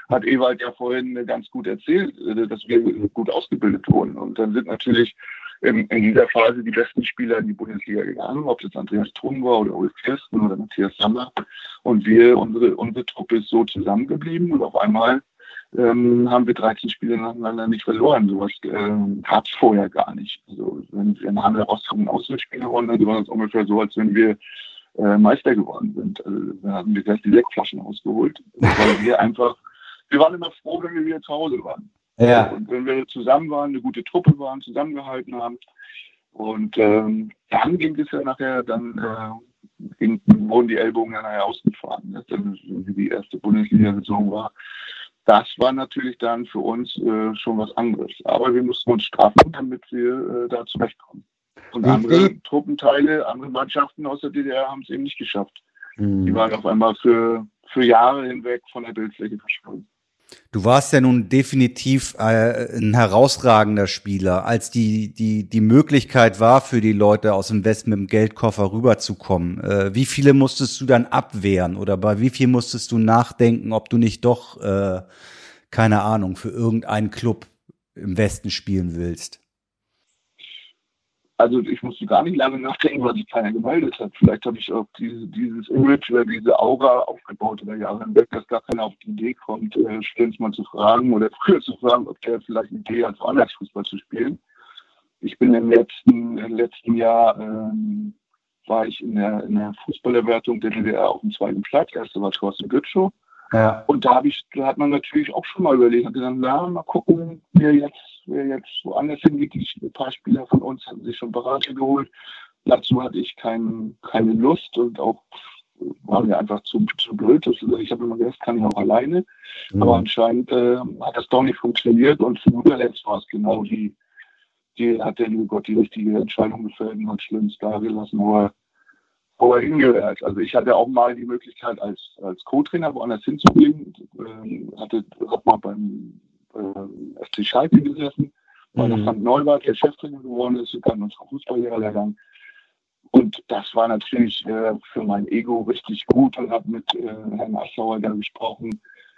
hat Ewald ja vorhin ganz gut erzählt, dass wir gut ausgebildet wurden. Und dann sind natürlich in dieser Phase die besten Spieler in die Bundesliga gegangen, ob das Andreas Thun war oder Ulf Kirsten oder Matthias Sammer. Und unsere Truppe ist so zusammengeblieben und auf einmal haben wir 13 Spiele nacheinander nicht verloren. Sowas gab es vorher gar nicht. Also wenn wir nach einer Rostock ein Auswärtsspiel gewonnen haben, war es ungefähr so, als wenn wir Meister geworden sind. Also da haben wir gleich die Sektflaschen ausgeholt. Weil wir waren immer froh, wenn wir wieder zu Hause waren. Ja. Und wenn wir zusammen waren, eine gute Truppe waren, zusammengehalten haben. Und dann ging es ja nachher, wurden die Ellbogen dann nachher ausgefahren, dass dann die erste Bundesliga-Saison war. Das war natürlich dann für uns schon was anderes. Aber wir mussten uns straffen, damit wir da zurechtkommen. Und andere Truppenteile, andere Mannschaften aus der DDR haben es eben nicht geschafft. Die waren auf einmal für Jahre hinweg von der Bildfläche verschwunden. Du warst ja nun definitiv ein herausragender Spieler, als die Möglichkeit war für die Leute aus dem Westen mit dem Geldkoffer rüberzukommen. Wie viele musstest du dann abwehren oder bei wie viel musstest du nachdenken, ob du nicht doch, keine Ahnung, für irgendeinen Club im Westen spielen willst? Also ich musste gar nicht lange nachdenken, weil sich keiner gemeldet hat. Vielleicht habe ich auch dieses Image oder diese Aura aufgebaut über Jahre hinweg, dass gar keiner auf die Idee kommt, Stens mal zu fragen oder früher zu fragen, ob der vielleicht eine Idee hat, woanders Fußball zu spielen. Ich bin im letzten Jahr war ich in der Fußballerwertung der DDR auf dem 2. Platz. Erste war Thorsten Gütschow. Ja. Und da hat man natürlich auch schon mal überlegt, hat gesagt, mal gucken, wer jetzt woanders hingeht. Ein paar Spieler von uns hatten sich schon Berater geholt. Dazu hatte ich keine Lust und auch war mir einfach zu blöd. Ich habe immer gesagt, kann ich auch alleine. Aber anscheinend hat das doch nicht funktioniert und zu guter Letzt war es genau die hat der liebe Gott die richtige Entscheidung gefällt und hat Schlimmst da gelassen, wo er hingehört. Also ich hatte auch mal die Möglichkeit, als Co-Trainer woanders hinzugehen. Hab mal beim FC Schalke gesessen, weil der Frank Neubart der Cheftrainer geworden ist, dann unser Fußballlehrerlehrgang. Und das war natürlich für mein Ego richtig gut und habe mit Herrn Assauer da gesprochen.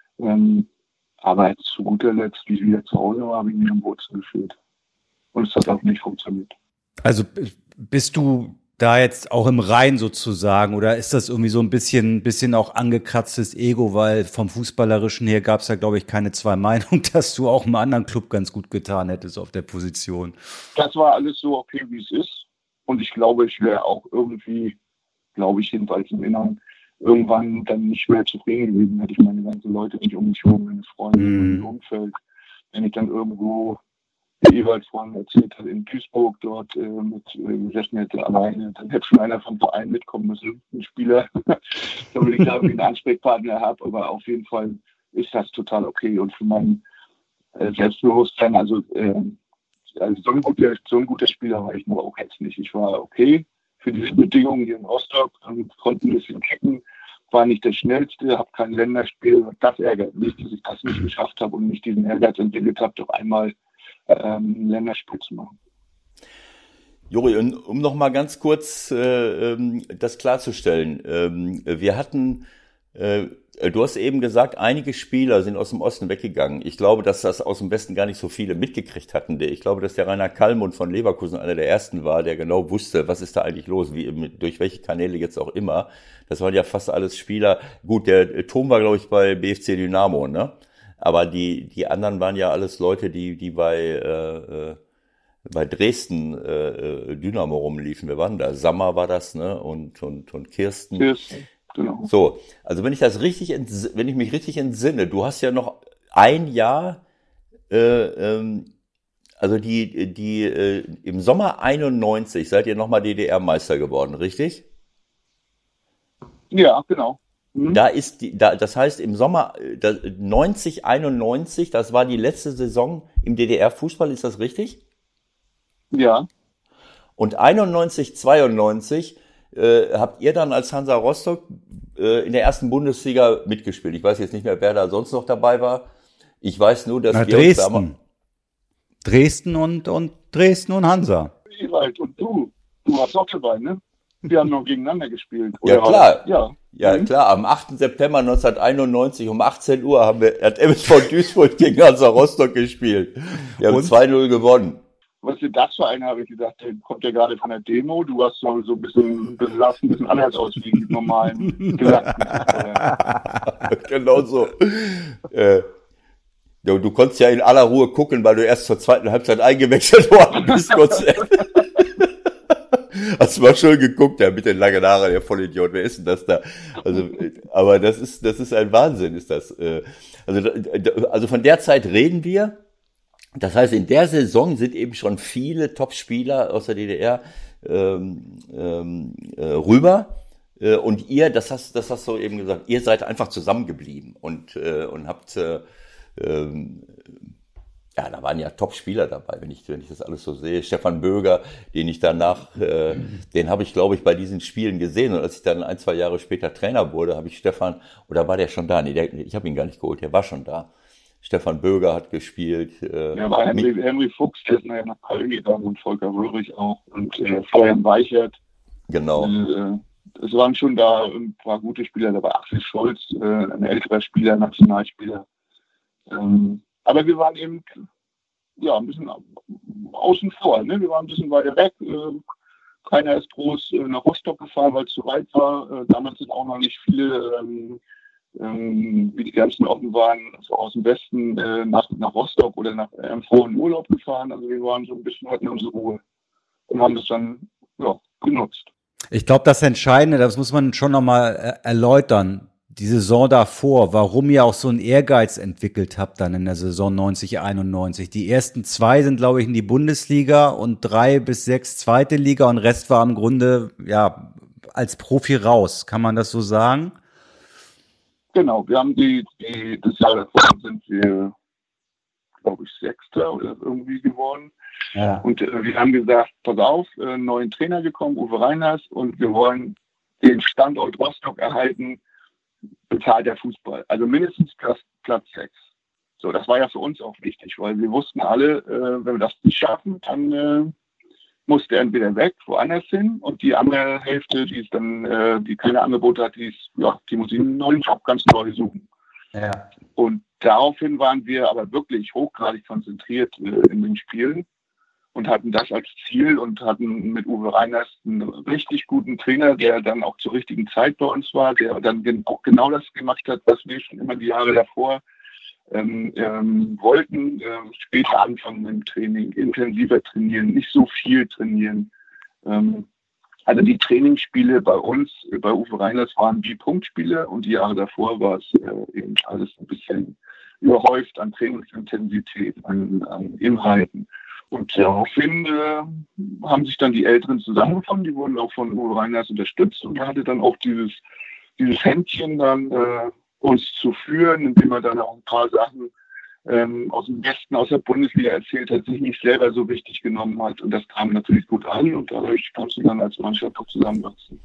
Aber jetzt zu guter Letzt, wie ich wieder zu Hause war, habe ich mich am Wurzeln gefühlt. Und es hat auch nicht funktioniert. Also bist du da jetzt auch im Rein sozusagen oder ist das irgendwie so ein bisschen auch angekratztes Ego, weil vom Fußballerischen her gab es ja, glaube ich, keine zwei Meinungen, dass du auch einem anderen Club ganz gut getan hättest auf der Position. Das war alles so okay, wie es ist und ich glaube, ich wäre auch irgendwie, jedenfalls im Inneren, irgendwann dann nicht mehr zufrieden gewesen, hätte ich meine ganzen Leute nicht um mich herum, meine Freunde, mein Umfeld, wenn ich dann irgendwo wie Ewald vorhin erzählt hat, in Duisburg dort gesessen hätte alleine, dann hätte schon einer vom Verein mitkommen müssen, ein Spieler, damit ich da einen Ansprechpartner habe, aber auf jeden Fall ist das total okay und für mein Selbstbewusstsein, also so ein guter Spieler war ich nur auch jetzt nicht. Ich war okay für diese Bedingungen hier in Rostock, konnte ein bisschen kicken, war nicht der Schnellste, habe kein Länderspiel, das ärgert mich, dass ich das nicht geschafft habe und nicht diesen Ehrgeiz entwickelt habe, doch einmal Länderspiel zu machen. Juri, um noch mal ganz kurz das klarzustellen. Wir hatten, du hast eben gesagt, einige Spieler sind aus dem Osten weggegangen. Ich glaube, dass das aus dem Westen gar nicht so viele mitgekriegt hatten. Ich glaube, dass der Rainer Kallmund von Leverkusen einer der ersten war, der genau wusste, was ist da eigentlich los, durch welche Kanäle jetzt auch immer. Das waren ja fast alles Spieler. Gut, der Tom war, glaube ich, bei BFC Dynamo, ne? Aber die anderen waren ja alles Leute, die bei Dresden Dynamo rumliefen. Wir waren da. Sammer war das, ne? Und Kirsten. Genau. So, also wenn ich mich richtig entsinne, du hast ja noch ein Jahr, also im Sommer 91 seid ihr nochmal DDR-Meister geworden, richtig? Ja, genau. Das heißt, im Sommer 90, 91, das war die letzte Saison im DDR-Fußball, ist das richtig? Ja. Und 91, 92 habt ihr dann als Hansa Rostock in der ersten Bundesliga mitgespielt. Ich weiß jetzt nicht mehr, wer da sonst noch dabei war. Ich weiß nur, dass wir Dresden. Dresden und Hansa. Ewald und du warst auch dabei, ne? Wir haben noch gegeneinander gespielt. Ja, klar. Ja, klar. Am 8. September 1991 hat MSV Duisburg gegen Hansa Rostock gespielt. Wir haben 2-0 gewonnen. Was ist das für einer, habe ich gedacht, der kommt ja gerade von der Demo. Du hast so ein bisschen, sahst ein bisschen anders aus wie die normalen Gesandten. Genau so. Du konntest ja in aller Ruhe gucken, weil du erst zur zweiten Halbzeit eingewechselt worden bist. Hast du mal schön geguckt, der mit den langen Haaren, der Vollidiot, wer ist denn das da? Also, aber das ist ein Wahnsinn, ist das. Also von der Zeit reden wir. Das heißt, in der Saison sind eben schon viele Top-Spieler aus der DDR rüber. Und ihr, das hast du eben gesagt, ihr seid einfach zusammengeblieben und habt ja, da waren ja Top-Spieler dabei, wenn ich das alles so sehe. Stefan Böger, den ich danach, den habe ich, glaube ich, bei diesen Spielen gesehen. Und als ich dann 1-2 Jahre später Trainer wurde, habe ich Stefan, oder war der schon da? Nee, ich habe ihn gar nicht geholt, der war schon da. Stefan Böger hat gespielt. Ja, war Henry Fuchs, der ist nachher nach Köln gegangen und Volker Röhrig auch und Florian Weichert. Genau. Es waren schon da ein paar gute Spieler dabei. Axel Scholz, ein älterer Spieler, Nationalspieler. Aber wir waren eben ein bisschen außen vor. Ne? Wir waren ein bisschen weiter weg. Keiner ist groß nach Rostock gefahren, weil es zu weit war. Damals sind auch noch nicht viele, wie die ganzen offen waren, also aus dem Westen nach Rostock oder nach MV in Urlaub gefahren. Also wir waren so ein bisschen, hatten unsere Ruhe und haben das dann genutzt. Ich glaube, das Entscheidende, das muss man schon nochmal erläutern, die Saison davor, warum ihr auch so einen Ehrgeiz entwickelt habt dann in der Saison 90/91. Die ersten 2 sind, glaube ich, in die Bundesliga und 3 bis 6 zweite Liga und Rest war im Grunde, ja, als Profi raus. Kann man das so sagen? Genau, wir haben das Jahr davor sind wir, glaube ich, Sechster oder irgendwie geworden. Ja. Und wir haben gesagt, pass auf, neuen Trainer gekommen, Uwe Reiners, und wir wollen den Standort Rostock erhalten, bezahlt der Fußball. Also mindestens Platz 6. So, das war ja für uns auch wichtig, weil wir wussten alle, wenn wir das nicht schaffen, dann muss der entweder weg, woanders hin, und die andere Hälfte, die ist dann, die keine Angebote hat, die muss einen neuen Job ganz neu suchen. Ja. Und daraufhin waren wir aber wirklich hochgradig konzentriert in den Spielen und hatten das als Ziel und hatten mit Uwe Reiners einen richtig guten Trainer, der dann auch zur richtigen Zeit bei uns war, der dann auch genau das gemacht hat, was wir schon immer die Jahre davor wollten. Später anfangen mit dem Training, intensiver trainieren, nicht so viel trainieren. Also die Trainingsspiele bei uns, bei Uwe Reiners, waren die Punktspiele, und die Jahre davor war es eben alles ein bisschen überhäuft an Trainingsintensität, an Inhalten. Und daraufhin haben sich dann die Älteren zusammengefunden, die wurden auch von Uwe Reiners unterstützt, und er hatte dann auch dieses Händchen dann uns zu führen, indem er dann auch ein paar Sachen aus dem Westen, aus der Bundesliga erzählt hat, sich nicht selber so wichtig genommen hat, und das kam natürlich gut an, und dadurch kannst du dann als Mannschaft auch zusammenwachsen.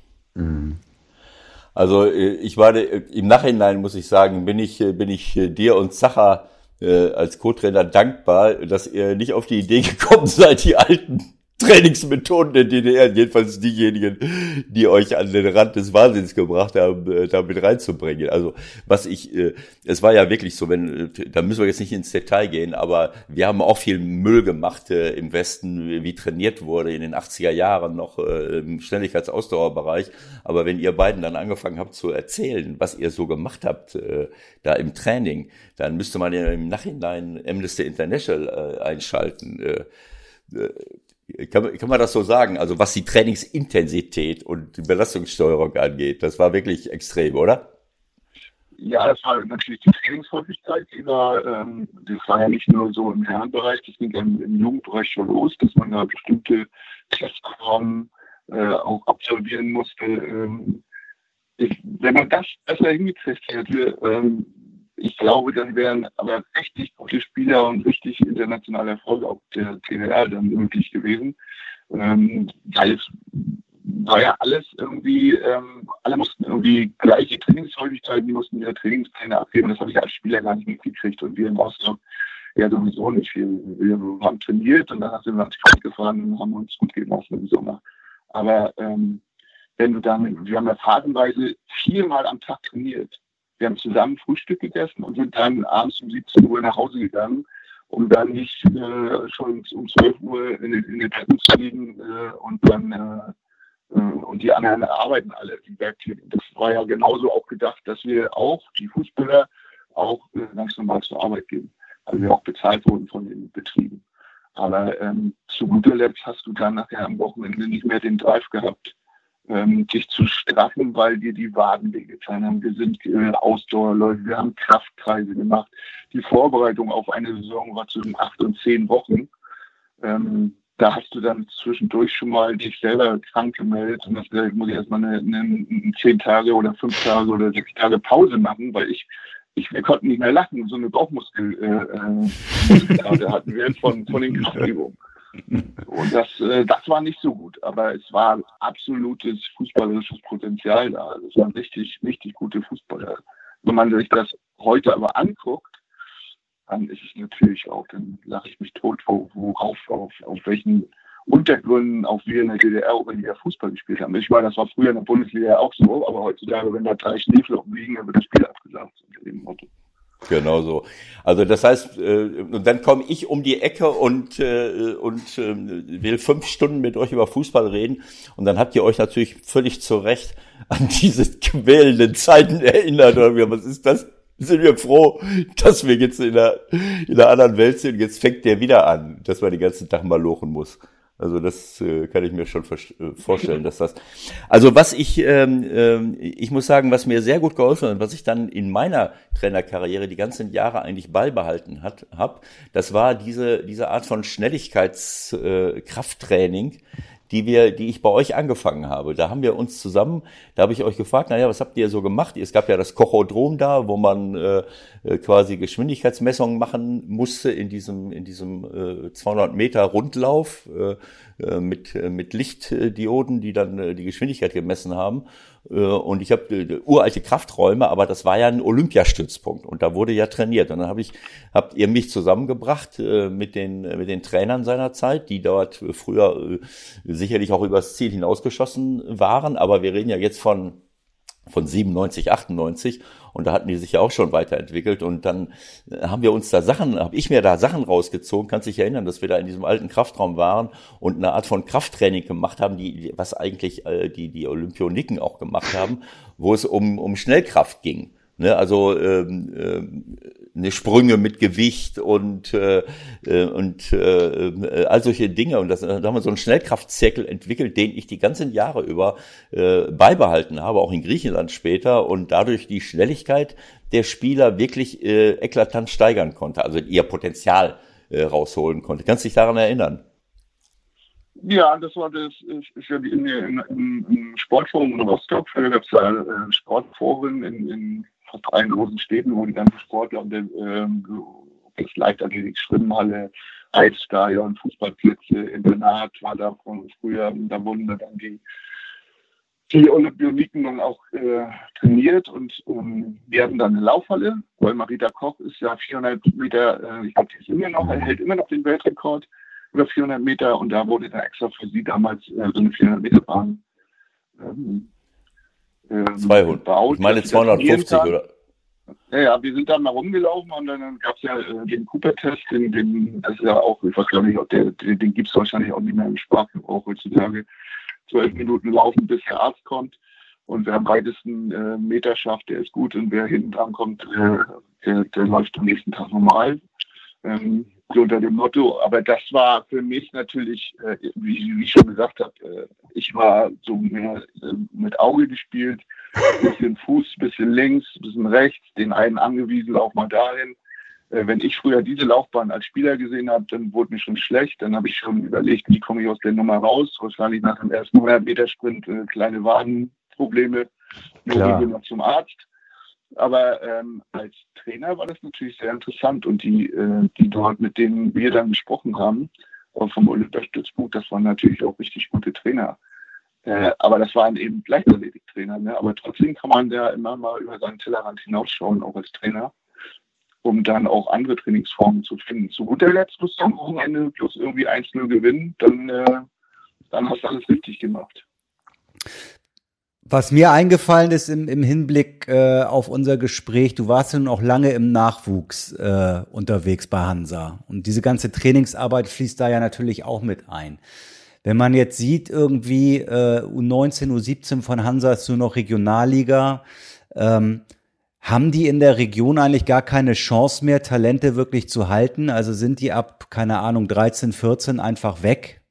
Also ich war im Nachhinein, muss ich sagen, bin ich dir und Zacher als Co-Trainer dankbar, dass ihr nicht auf die Idee gekommen seid, die alten Trainingsmethoden der DDR, jedenfalls diejenigen, die euch an den Rand des Wahnsinns gebracht haben, damit reinzubringen. Also es war ja wirklich so, da müssen wir jetzt nicht ins Detail gehen, aber wir haben auch viel Müll gemacht im Westen, wie trainiert wurde in den 80er Jahren noch im Schnelligkeitsausdauerbereich. Aber wenn ihr beiden dann angefangen habt zu erzählen, was ihr so gemacht habt da im Training, dann müsste man ja im Nachhinein Amnesty International einschalten. Kann man das so sagen? Also was die Trainingsintensität und die Belastungssteuerung angeht, das war wirklich extrem, oder? Ja, das war natürlich die Trainingshäufigkeit, das war ja nicht nur so im Herrenbereich, das ging im Jugendbereich schon los, dass man da bestimmte Testformen auch absolvieren musste. Wenn man das besser hingekriegt hätte, ich glaube, dann wären aber richtig gute Spieler und richtig internationale Erfolge auch der DDR dann möglich gewesen. Weil es war ja alles irgendwie, alle mussten irgendwie gleiche Trainingshäufigkeiten, die mussten ihre Trainingspläne abgeben. Das habe ich als Spieler gar nicht mitgekriegt, und wir in Rostock ja sowieso nicht. Wir haben trainiert, und dann sind wir natürlich gefahren und haben uns gut gehen lassen im Sommer. Aber wenn du dann, wir haben ja phasenweise 4-mal am Tag trainiert. Wir haben zusammen Frühstück gegessen und sind dann abends um 17 Uhr nach Hause gegangen, um dann nicht schon um 12 Uhr in den Betten zu liegen und dann und die anderen arbeiten alle, die Werktätigen. Das war ja genauso auch gedacht, dass wir auch, die Fußballer, auch ganz normal zur Arbeit gehen. Also wir auch bezahlt wurden von den Betrieben. Aber zu guter Letzt hast du dann nachher am Wochenende nicht mehr den Drive gehabt, dich zu straffen, weil dir die Waden wehgetan haben. Wir sind Ausdauerläufe, wir haben Kraftkreise gemacht. Die Vorbereitung auf eine Saison war zwischen 8 und 10 Wochen. Da hast du dann zwischendurch schon mal dich selber krank gemeldet und hast gesagt, ich muss erstmal eine 10 Tage oder 5 Tage oder 6 Tage Pause machen, weil wir konnten nicht mehr lachen. So eine Bauchmuskelkater hatten wir von den Kraftübungen. Und das war nicht so gut, aber es war absolutes fußballerisches Potenzial da. Also es waren richtig, richtig gute Fußballer. Wenn man sich das heute aber anguckt, dann ist es natürlich auch, dann lache ich mich tot, auf welchen Untergründen auch wir in der DDR oder in der Fußball gespielt haben. Ich meine, das war früher in der Bundesliga auch so, aber heutzutage, wenn da 3 Schneeflocken liegen, dann wird das Spiel abgesagt unter dem Motto. Genau so. Also das heißt, und dann komme ich um die Ecke und will 5 Stunden mit euch über Fußball reden und dann habt ihr euch natürlich völlig zu Recht an diese quälenden Zeiten erinnert. Was ist das? Sind wir froh, dass wir jetzt in einer anderen Welt sind. Jetzt fängt der wieder an, dass man den ganzen Tag mal lochen muss. Also das kann ich mir schon vorstellen, dass das. Also was ich muss sagen, was mir sehr gut geholfen hat, was ich dann in meiner Trainerkarriere die ganzen Jahre eigentlich beibehalten habe, das war diese Art von Schnelligkeitskrafttraining, die ich bei euch angefangen habe. Da haben wir uns zusammen, da habe ich euch gefragt, was habt ihr so gemacht? Es gab ja das Kochodrom da, wo man quasi Geschwindigkeitsmessungen machen musste in diesem 200 Meter Rundlauf mit Lichtdioden, die dann die Geschwindigkeit gemessen haben. Und ich habe uralte Krafträume, aber das war ja ein Olympiastützpunkt und da wurde ja trainiert. Und dann habt ihr mich zusammengebracht mit den Trainern seiner Zeit, die dort früher sicherlich auch übers Ziel hinausgeschossen waren, aber wir reden ja jetzt von 97, 98 und da hatten die sich ja auch schon weiterentwickelt und dann habe ich mir da Sachen rausgezogen, kannst dich erinnern, dass wir da in diesem alten Kraftraum waren und eine Art von Krafttraining gemacht haben, was eigentlich die Olympioniken auch gemacht haben, wo es um Schnellkraft ging. Ne, also eine Sprünge mit Gewicht und all solche Dinge. Und da haben wir so einen Schnellkraftzirkel entwickelt, den ich die ganzen Jahre über beibehalten habe, auch in Griechenland später und dadurch die Schnelligkeit der Spieler wirklich eklatant steigern konnte, also ihr Potenzial rausholen konnte. Kannst du dich daran erinnern? Ja, das ist ja im Sportforum in Rostock. Da gab es ja Sportforen in fast 3 großen Städten, wo die ganzen Sportler das Leichtathletik, Schwimmhalle, Eisstadion, Fußballplätze, Internat war da von früher. Da wurden dann die Olympioniken dann auch trainiert und wir hatten dann eine Laufhalle, weil Marita Koch ist ja 400 Meter, ich glaube, die ist hält immer noch den Weltrekord über 400 Meter und da wurde da extra für sie damals so eine 400 Meter Bahn 200. Baut, ich meine 250 oder? Ja, wir sind da mal rumgelaufen und dann gab es ja den Cooper-Test, das ist ja auch, ich weiß gar nicht, den gibt es wahrscheinlich auch nicht mehr im Sprachgebrauch heutzutage. 12 Minuten laufen, bis der Arzt kommt und wer am weitesten Meter schafft, der ist gut und wer hinten dran kommt, der läuft am nächsten Tag normal. So unter dem Motto, aber das war für mich natürlich, wie ich schon gesagt habe, ich war so mehr mit Auge gespielt, bisschen Fuß, bisschen links, bisschen rechts, den einen angewiesen, lauf mal dahin. Wenn ich früher diese Laufbahn als Spieler gesehen habe, dann wurde mir schon schlecht, dann habe ich schon überlegt, wie komme ich aus der Nummer raus, wahrscheinlich nach dem ersten 100-Meter-Sprint kleine Wadenprobleme, nur gehen wir noch zum Arzt. Aber als Trainer war das natürlich sehr interessant und die dort, mit denen wir dann gesprochen haben, vom Olympiastützpunkt, das waren natürlich auch richtig gute Trainer. Aber das waren eben Leichtathletiktrainer. Ne? Aber trotzdem kann man da immer mal über seinen Tellerrand hinausschauen, auch als Trainer, um dann auch andere Trainingsformen zu finden. Zu guter Letzt musst du am Wochenende plus irgendwie 1-0 gewinnen, dann hast du alles richtig gemacht. Was mir eingefallen ist im Hinblick auf unser Gespräch, du warst ja nun auch lange im Nachwuchs unterwegs bei Hansa. Und diese ganze Trainingsarbeit fließt da ja natürlich auch mit ein. Wenn man jetzt sieht, irgendwie U19, U17 von Hansa ist nur noch Regionalliga, haben die in der Region eigentlich gar keine Chance mehr, Talente wirklich zu halten? Also sind die ab, keine Ahnung, 13, 14 einfach weg?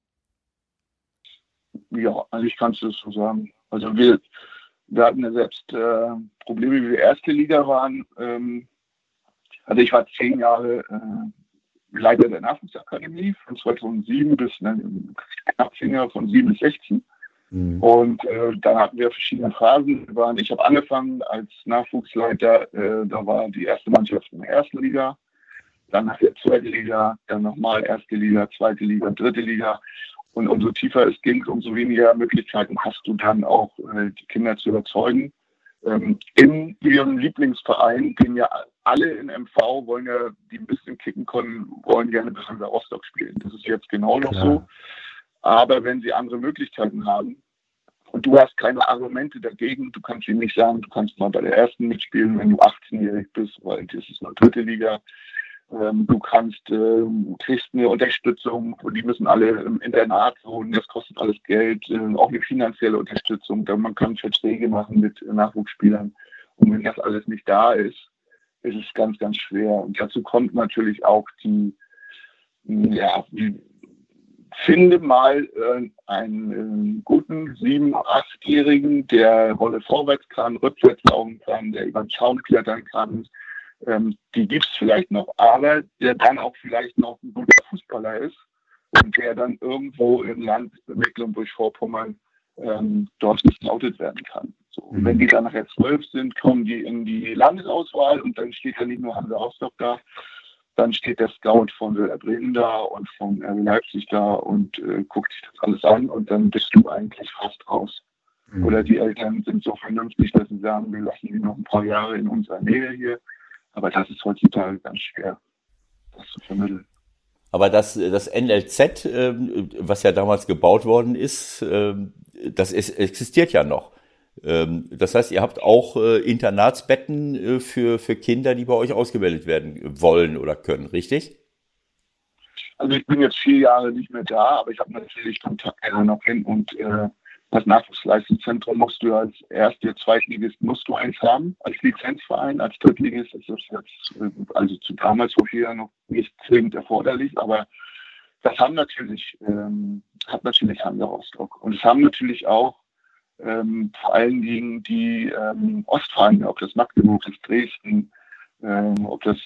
Ja, also ich kann es so sagen. Also wir hatten ja selbst Probleme, wie wir erste Liga waren. Also ich war 10 Jahre Leiter der Nachwuchsakademie von 2007 bis knapp 10 Jahre von 7 bis 16. Mhm. Und dann hatten wir verschiedene Phasen. Ich habe angefangen als Nachwuchsleiter, da war die erste Mannschaft in der ersten Liga, dann nachher zweite Liga, dann nochmal erste Liga, zweite Liga, dritte Liga. Und umso tiefer es ging, umso weniger Möglichkeiten hast du dann auch, die Kinder zu überzeugen. In ihrem Lieblingsverein gehen ja alle in MV, wollen ja, die ein bisschen kicken können, wollen gerne bis Hansa Rostock spielen. Das ist jetzt genau noch so. Aber wenn sie andere Möglichkeiten haben und du hast keine Argumente dagegen, du kannst ihnen nicht sagen, du kannst mal bei der ersten mitspielen, wenn du 18-jährig bist, weil das ist eine dritte Liga. Du kriegst eine Unterstützung, die müssen alle im Internat wohnen, das kostet alles Geld, auch eine finanzielle Unterstützung. Man kann Verträge machen mit Nachwuchsspielern. Und wenn das alles nicht da ist, ist es ganz, ganz schwer. Und dazu kommt natürlich auch finde mal einen guten 7-, 8-Jährigen, der Rolle vorwärts kann, rückwärts laufen kann, der über den Zaun klettern kann. Die gibt es vielleicht noch, aber der dann auch vielleicht noch ein guter Fußballer ist und der dann irgendwo im Land Mecklenburg-Vorpommern dort gescoutet werden kann. So, und wenn die dann nachher 12 sind, kommen die in die Landesauswahl und dann steht ja nicht nur Hansa Rostock da, dann steht der Scout von Werder Bremen da und von RB Leipzig da und guckt sich das alles an und dann bist du eigentlich fast raus. Oder die Eltern sind so vernünftig, dass sie sagen, wir lassen die noch ein paar Jahre in unserer Nähe hier. Aber das ist heutzutage ganz schwer, das zu vermitteln. Aber das NLZ, was ja damals gebaut worden ist, existiert ja noch. Das heißt, ihr habt auch Internatsbetten für Kinder, die bei euch ausgebildet werden wollen oder können, richtig? Also ich bin jetzt 4 Jahre nicht mehr da, aber ich habe natürlich Kontakt noch hin und das Nachwuchsleistungszentrum musst du als Erst-, Zweitligist musst du eins haben, als Lizenzverein, als Drittligist ist das jetzt, also zu damals vor 4 Jahren noch nicht zwingend erforderlich, aber das hat natürlich Hansa Rostock. Und es haben natürlich auch vor allen Dingen die Ostvereine, ob das Magdeburg ist, Dresden, ob das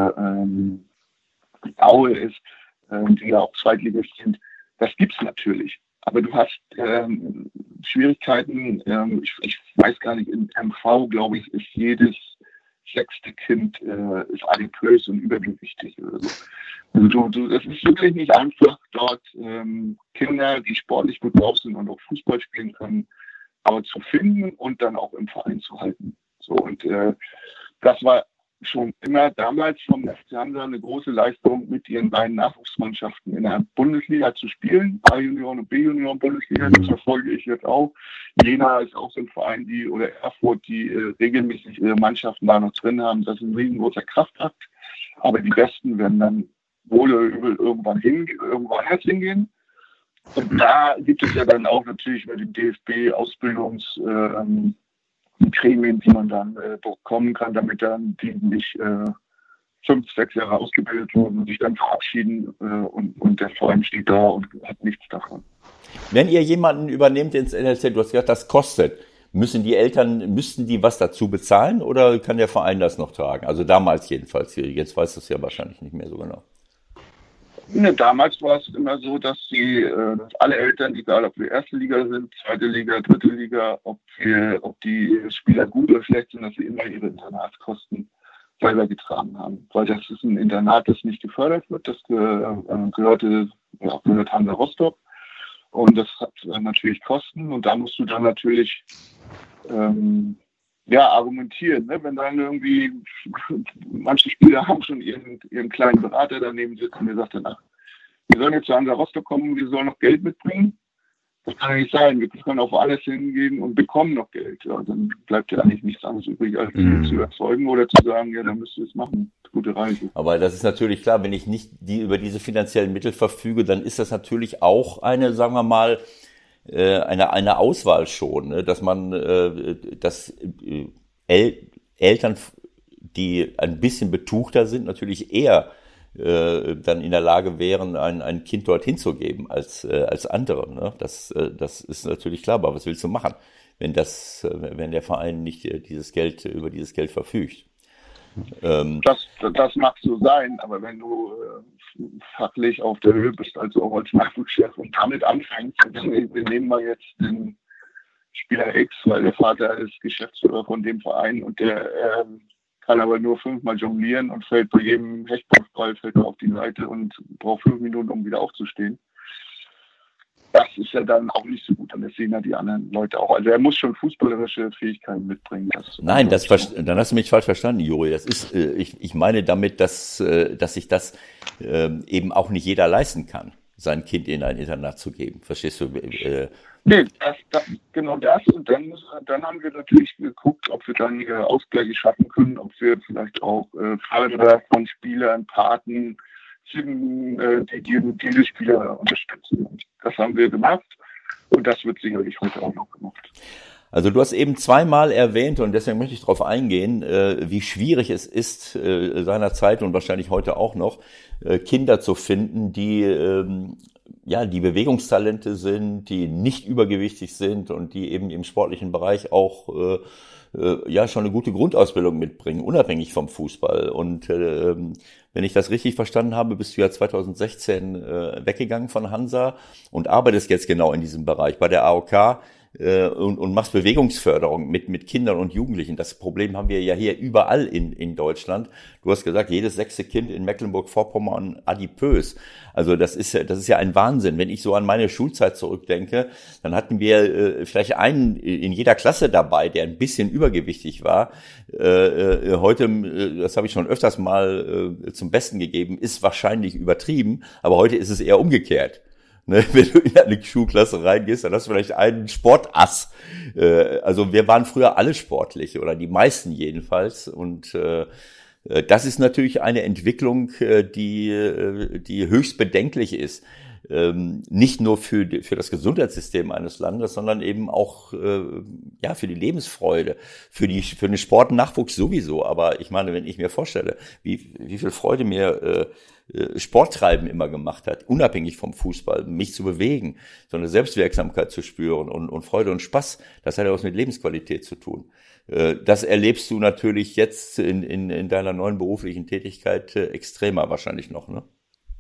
Aue ist, die ja auch Zweitligist sind. Das gibt es natürlich. Aber du hast Schwierigkeiten, ich weiß gar nicht, in MV, glaube ich, ist jedes 6. Kind ist adipös und übergewichtig oder so. Also es ist wirklich nicht einfach, dort Kinder, die sportlich gut drauf sind und auch Fußball spielen können, aber zu finden und dann auch im Verein zu halten. So, und das war schon immer damals vom FC Hansa eine große Leistung, mit ihren beiden Nachwuchsmannschaften in der Bundesliga zu spielen. A-Junioren und B-Junioren Bundesliga, das verfolge ich jetzt auch. Jena ist auch so ein Verein, oder Erfurt, die regelmäßig ihre Mannschaften da noch drin haben. Das ist ein riesengroßer Kraftakt. Aber die Besten werden dann wohl oder übel irgendwo anders hingehen. Und da gibt es ja dann auch natürlich über die DFB Gremien, die man dann bekommen kann, damit dann die nicht 5, 6 Jahre ausgebildet wurden und sich dann verabschieden und der Verein steht da und hat nichts davon. Wenn ihr jemanden übernehmt ins NLZ, du hast gesagt, das kostet, müssten die was dazu bezahlen oder kann der Verein das noch tragen? Also damals jedenfalls, jetzt weiß das ja wahrscheinlich nicht mehr so genau. Ne, damals war es immer so, dass alle Eltern, egal ob wir erste Liga sind, zweite Liga, dritte Liga, ob die Spieler gut oder schlecht sind, dass sie immer ihre Internatskosten selber getragen haben. Weil das ist ein Internat, das nicht gefördert wird, das gehört Hansa Rostock. Und das hat natürlich Kosten und da musst du dann natürlich argumentieren, ne? Wenn dann irgendwie manche Spieler haben schon ihren kleinen Berater daneben sitzen, der sagt dann, wir sollen jetzt zu Hansa Rostock kommen, wir sollen noch Geld mitbringen. Das kann ja nicht sein. Wir können auf alles hingehen und bekommen noch Geld. Ja, dann bleibt ja eigentlich nichts anderes übrig, als zu überzeugen oder zu sagen, ja, dann müsst ihr es machen. Gute Reise. Aber das ist natürlich klar, wenn ich nicht über diese finanziellen Mittel verfüge, dann ist das natürlich auch eine, sagen wir mal, eine Auswahl schon, ne? Dass man, dass Eltern, die ein bisschen betuchter sind, natürlich eher dann in der Lage wären, ein Kind dorthin zu geben als andere. Ne? Das ist natürlich klar, aber was willst du machen, wenn der Verein nicht über dieses Geld verfügt? Das mag so sein, aber wenn du fachlich auf der Höhe bist, also auch als Nachwuchschef und damit anfängst, wir nehmen mal jetzt den Spieler X, weil der Vater ist Geschäftsführer von dem Verein und der kann aber nur 5-mal jonglieren und fällt bei jedem Hechtball auf die Seite und braucht 5 Minuten, um wieder aufzustehen. Das ist ja dann auch nicht so gut, und das sehen ja die anderen Leute auch. Also er muss schon fußballerische Fähigkeiten mitbringen. Nein, dann hast du mich falsch verstanden, Juri. Das ist, ich meine damit, dass sich das eben auch nicht jeder leisten kann, sein Kind in ein Internat zu geben. Verstehst du? Nee, genau das. Und dann haben wir natürlich geguckt, ob wir dann Ausgleiche schaffen können, ob wir vielleicht auch Förderer von Spielern, Paten, die diese Spieler unterstützen. Das haben wir gemacht und das wird sicherlich heute auch noch gemacht. Also du hast eben zweimal erwähnt, und deswegen möchte ich darauf eingehen, wie schwierig es ist, seinerzeit und wahrscheinlich heute auch noch, Kinder zu finden, die Bewegungstalente sind, die nicht übergewichtig sind und die eben im sportlichen Bereich auch schon eine gute Grundausbildung mitbringen, unabhängig vom Fußball. Und wenn ich das richtig verstanden habe, bist du ja 2016 weggegangen von Hansa und arbeitest jetzt genau in diesem Bereich bei der AOK und machst Bewegungsförderung mit Kindern und Jugendlichen. Das Problem haben wir ja hier überall in Deutschland. Du hast gesagt, jedes 6. Kind in Mecklenburg-Vorpommern adipös. Also das ist ja ein Wahnsinn. Wenn ich so an meine Schulzeit zurückdenke, dann hatten wir vielleicht einen in jeder Klasse dabei, der ein bisschen übergewichtig war. Heute, das habe ich schon öfters mal zum Besten gegeben, ist wahrscheinlich übertrieben, aber heute ist es eher umgekehrt. Ne, wenn du in eine Schulklasse reingehst, dann hast du vielleicht einen Sportass. Also wir waren früher alle sportlich, oder die meisten jedenfalls. Und das ist natürlich eine Entwicklung, die höchst bedenklich ist. Nicht nur für das Gesundheitssystem eines Landes, sondern eben auch für die Lebensfreude, für den Sportnachwuchs sowieso. Aber ich meine, wenn ich mir vorstelle, wie viel Freude mir Sporttreiben immer gemacht hat, unabhängig vom Fußball, mich zu bewegen, so eine Selbstwirksamkeit zu spüren und Freude und Spaß, das hat ja was mit Lebensqualität zu tun. Das erlebst du natürlich jetzt in deiner neuen beruflichen Tätigkeit extremer wahrscheinlich noch, ne?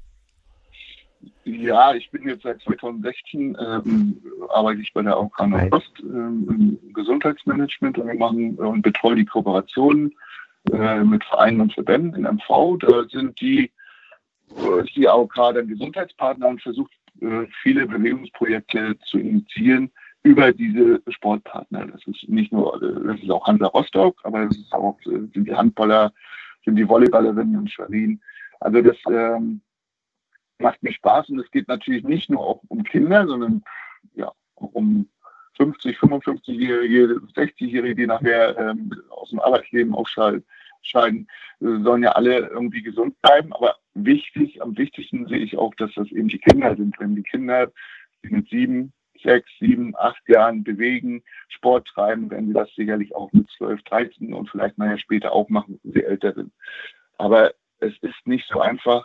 Ja, ich bin jetzt seit 2016, arbeite ich bei der AOK Nordost im Gesundheitsmanagement und wir machen und betreuen die Kooperationen mit Vereinen und Verbänden in MV. Da sind die AOK dann Gesundheitspartner und versucht, viele Bewegungsprojekte zu initiieren über diese Sportpartner. Das ist nicht nur, das ist auch Hansa Rostock, aber das ist auch, sind die Handballer, sind die Volleyballerinnen in Schwerin. Also das macht mir Spaß, und es geht natürlich nicht nur auch um Kinder, sondern ja auch um 50, 55-Jährige, 60-Jährige, die nachher aus dem Arbeitsleben ausscheiden, sollen ja alle irgendwie gesund bleiben. Aber am wichtigsten sehe ich auch, dass das eben die Kinder sind. Wenn die Kinder, die mit 7, 6, 7, 8 Jahren bewegen, Sport treiben, werden sie das sicherlich auch mit 12, 13 und vielleicht nachher später auch machen, wenn sie älter sind. Aber es ist nicht so einfach,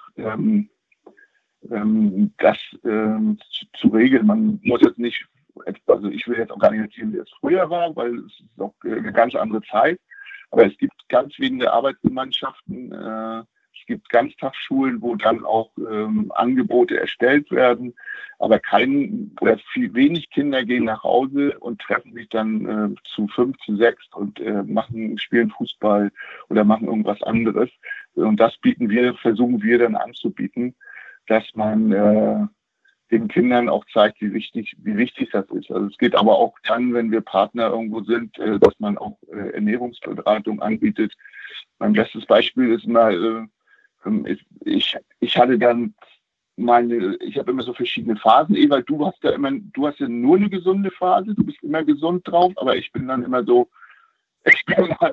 das zu regeln. Man muss jetzt nicht, also ich will jetzt auch gar nicht erzählen, wie es früher war, weil es ist auch eine ganz andere Zeit. Aber es gibt ganz wenige Arbeitsgemeinschaften, es gibt Ganztagsschulen, wo dann auch Angebote erstellt werden. Aber wenig Kinder gehen nach Hause und treffen sich dann zu 5, zu 6 und spielen Fußball oder machen irgendwas anderes. Und das versuchen wir dann anzubieten, dass man den Kindern auch zeigt, wie wichtig das ist. Also es geht aber auch dann, wenn wir Partner irgendwo sind, dass man auch Ernährungsberatung anbietet. Mein bestes Beispiel ist mal, ich hatte dann ich habe immer so verschiedene Phasen. Ewald, du hast ja nur eine gesunde Phase, du bist immer gesund drauf, aber ich bin dann immer so, ich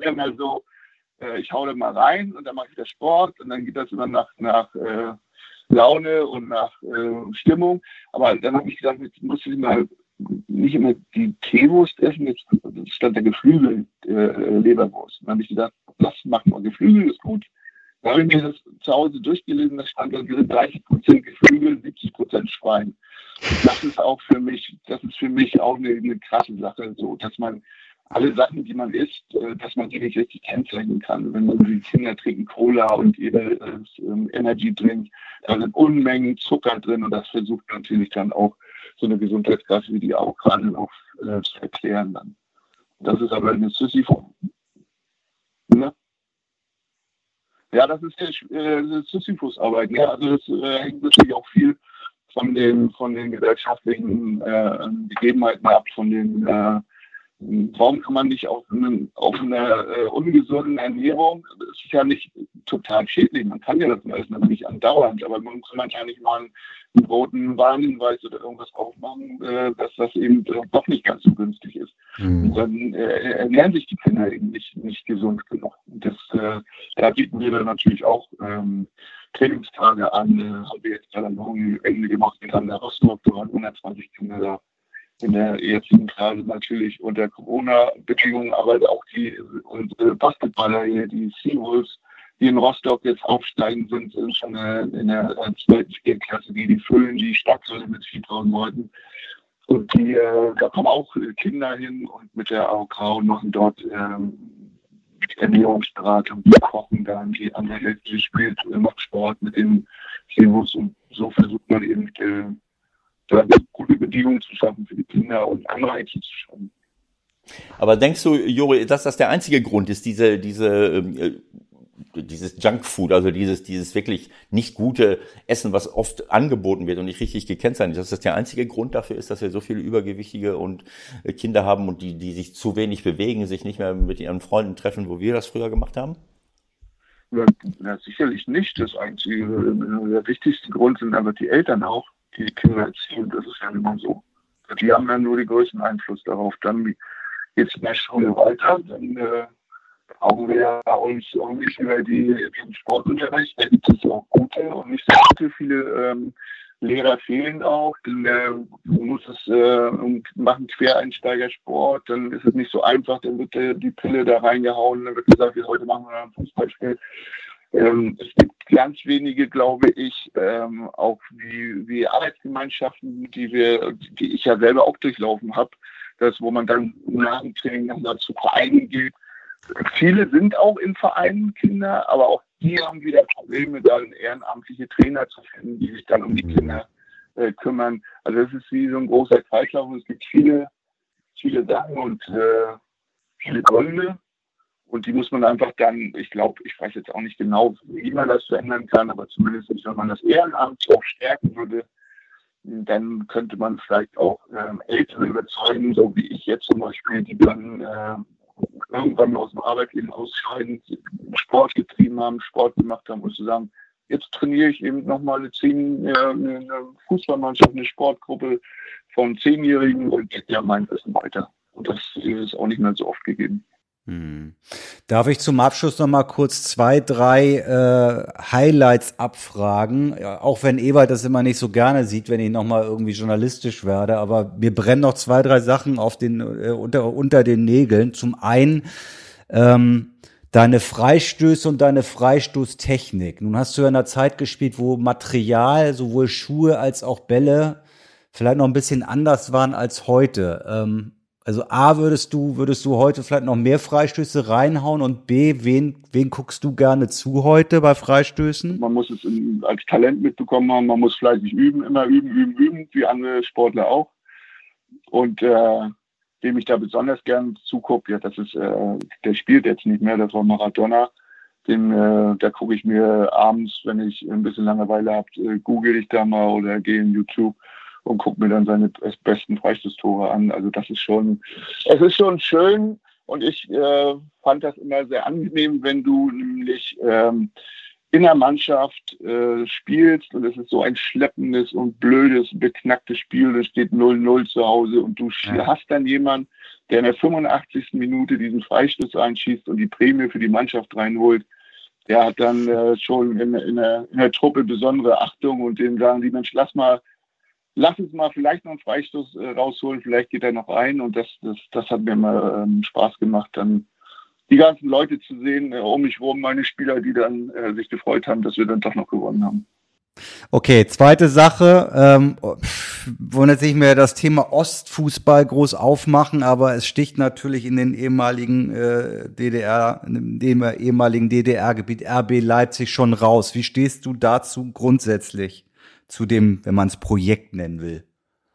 hau da mal rein und dann mache ich wieder Sport und dann geht das immer nach Laune und nach Stimmung. Aber dann habe ich gesagt, jetzt muss ich mal nicht immer die Teewurst essen, jetzt stand der Geflügel Leberwurst. Dann habe ich gesagt, mach mal Geflügel, ist gut. Da habe ich mir das zu Hause durchgelesen, da stand dann 30% Geflügel, 70% Schwein. Das ist für mich auch eine krasse Sache, so, dass man alle Sachen, die man isst, dass man die nicht richtig kennzeichnen kann. Wenn man die Kinder trinken Cola und jeder Energy Drink, da sind Unmengen Zucker drin und das versucht natürlich dann auch so eine Gesundheitskasse wie die auch gerade noch zu erklären dann. Das ist aber eine Sisyphus. Ne? Ja, das ist Sisyphus-Arbeit. Ja, also das hängt natürlich auch viel von den gesellschaftlichen Gegebenheiten ab, warum kann man nicht auf einer ungesunden Ernährung, das ist ja nicht total schädlich, man kann ja das essen, nicht andauernd, aber man kann ja nicht mal einen roten Warnhinweis oder irgendwas aufmachen, dass das eben doch nicht ganz so günstig ist. Und dann ernähren sich die Kinder eben nicht gesund genug. Und da bieten wir dann natürlich auch Trainingstage an, haben wir jetzt gerade am Wochenende gemacht, mit an der Rostock, da waren 120 Kinder da. In der jetzigen Phase natürlich unter Corona-Bedingungen, aber auch die Basketballer hier, die Seawolves, die in Rostock jetzt aufsteigen sind schon in der zweiten Spielklasse, die füllen die Stadthalle mit 4.000 Leuten. Und da kommen auch Kinder hin und mit der AOK und machen dort Ernährungsberatung, die kochen dann, die andere Hälfte spielt, macht Sport mit den Seawolves und so versucht man eben da gute Bedingungen zu schaffen für die Kinder und Anreize zu schaffen. Aber denkst du, Juri, dass das der einzige Grund ist, dieses Junkfood, also dieses wirklich nicht gute Essen, was oft angeboten wird und nicht richtig gekennzeichnet, dass das der einzige Grund dafür ist, dass wir so viele Übergewichtige und Kinder haben und die sich zu wenig bewegen, sich nicht mehr mit ihren Freunden treffen, wo wir das früher gemacht haben? Ja, sicherlich nicht. Das einzige, der wichtigste Grund sind aber die Eltern auch, die Kinder erziehen. Das ist ja immer so. Die haben ja nur den größten Einfluss darauf. Dann geht es in der Schule weiter. Dann brauchen wir uns auch nicht über den Sportunterricht. Da gibt es auch gute und nicht so gute. Viele Lehrer fehlen auch. Dann muss es machen Quereinsteigersport. Dann ist es nicht so einfach. Dann wird die Pille da reingehauen. Dann wird gesagt, heute machen wir ein Fußballspiel. Es gibt ganz wenige, glaube ich, auch wie Arbeitsgemeinschaften, die ich ja selber auch durchlaufen habe, wo man dann nach dem Training dann zu Vereinen geht. Viele sind auch in Vereinen Kinder, aber auch die haben wieder Probleme, dann ehrenamtliche Trainer zu finden, die sich dann um die Kinder kümmern. Also es ist wie so ein großer Kreislauf und es gibt viele Sachen und viele Gründe. Und die muss man einfach dann, ich weiß jetzt auch nicht genau, wie man das verändern kann, aber zumindest, wenn man das Ehrenamt auch stärken würde, dann könnte man vielleicht auch Ältere überzeugen, so wie ich jetzt zum Beispiel, die dann irgendwann aus dem Arbeitsleben ausscheiden, Sport getrieben haben, Sport gemacht haben und zu sagen, jetzt trainiere ich eben nochmal eine Fußballmannschaft, eine Sportgruppe von 10-Jährigen und geht ja mein Wissen weiter. Und das ist auch nicht mehr so oft gegeben. Darf ich zum Abschluss noch mal kurz 2, 3 Highlights abfragen, ja, auch wenn Ewald das immer nicht so gerne sieht, wenn ich noch mal irgendwie journalistisch werde, aber mir brennen noch 2, 3 Sachen auf unter den Nägeln. Zum einen deine Freistöße und deine Freistoßtechnik. Nun hast du ja in einer Zeit gespielt, wo Material, sowohl Schuhe als auch Bälle, vielleicht noch ein bisschen anders waren als heute. Also A, würdest du heute vielleicht noch mehr Freistöße reinhauen und B, wen guckst du gerne zu heute bei Freistößen? Man muss es als Talent mitbekommen haben, man muss fleißig üben, immer üben, wie andere Sportler auch. Und dem ich da besonders gern zugucke, ja, das ist, der spielt jetzt nicht mehr, das war Maradona. Da gucke ich mir abends, wenn ich ein bisschen Langeweile habe, google ich da mal oder gehe in YouTube und gucke mir dann seine besten Freistoßtore an. Also es ist schon schön und ich fand das immer sehr angenehm, wenn du nämlich in der Mannschaft spielst und es ist so ein schleppendes und blödes, beknacktes Spiel, es steht 0-0 zu Hause und du hast dann jemanden, der in der 85. Minute diesen Freistoß einschießt und die Prämie für die Mannschaft reinholt, der hat dann schon in der Truppe besondere Achtung und denen sagen die, Mensch, lass uns mal vielleicht noch einen Freistoß rausholen, vielleicht geht er noch rein und das hat mir mal Spaß gemacht, dann die ganzen Leute zu sehen, um mich rum, meine Spieler, die dann sich gefreut haben, dass wir dann doch noch gewonnen haben. Okay, zweite Sache, wollen jetzt nicht mehr das Thema Ostfußball groß aufmachen, aber es sticht natürlich in den ehemaligen DDR-Gebiet RB Leipzig schon raus. Wie stehst du dazu grundsätzlich, zu dem, wenn man es Projekt nennen will?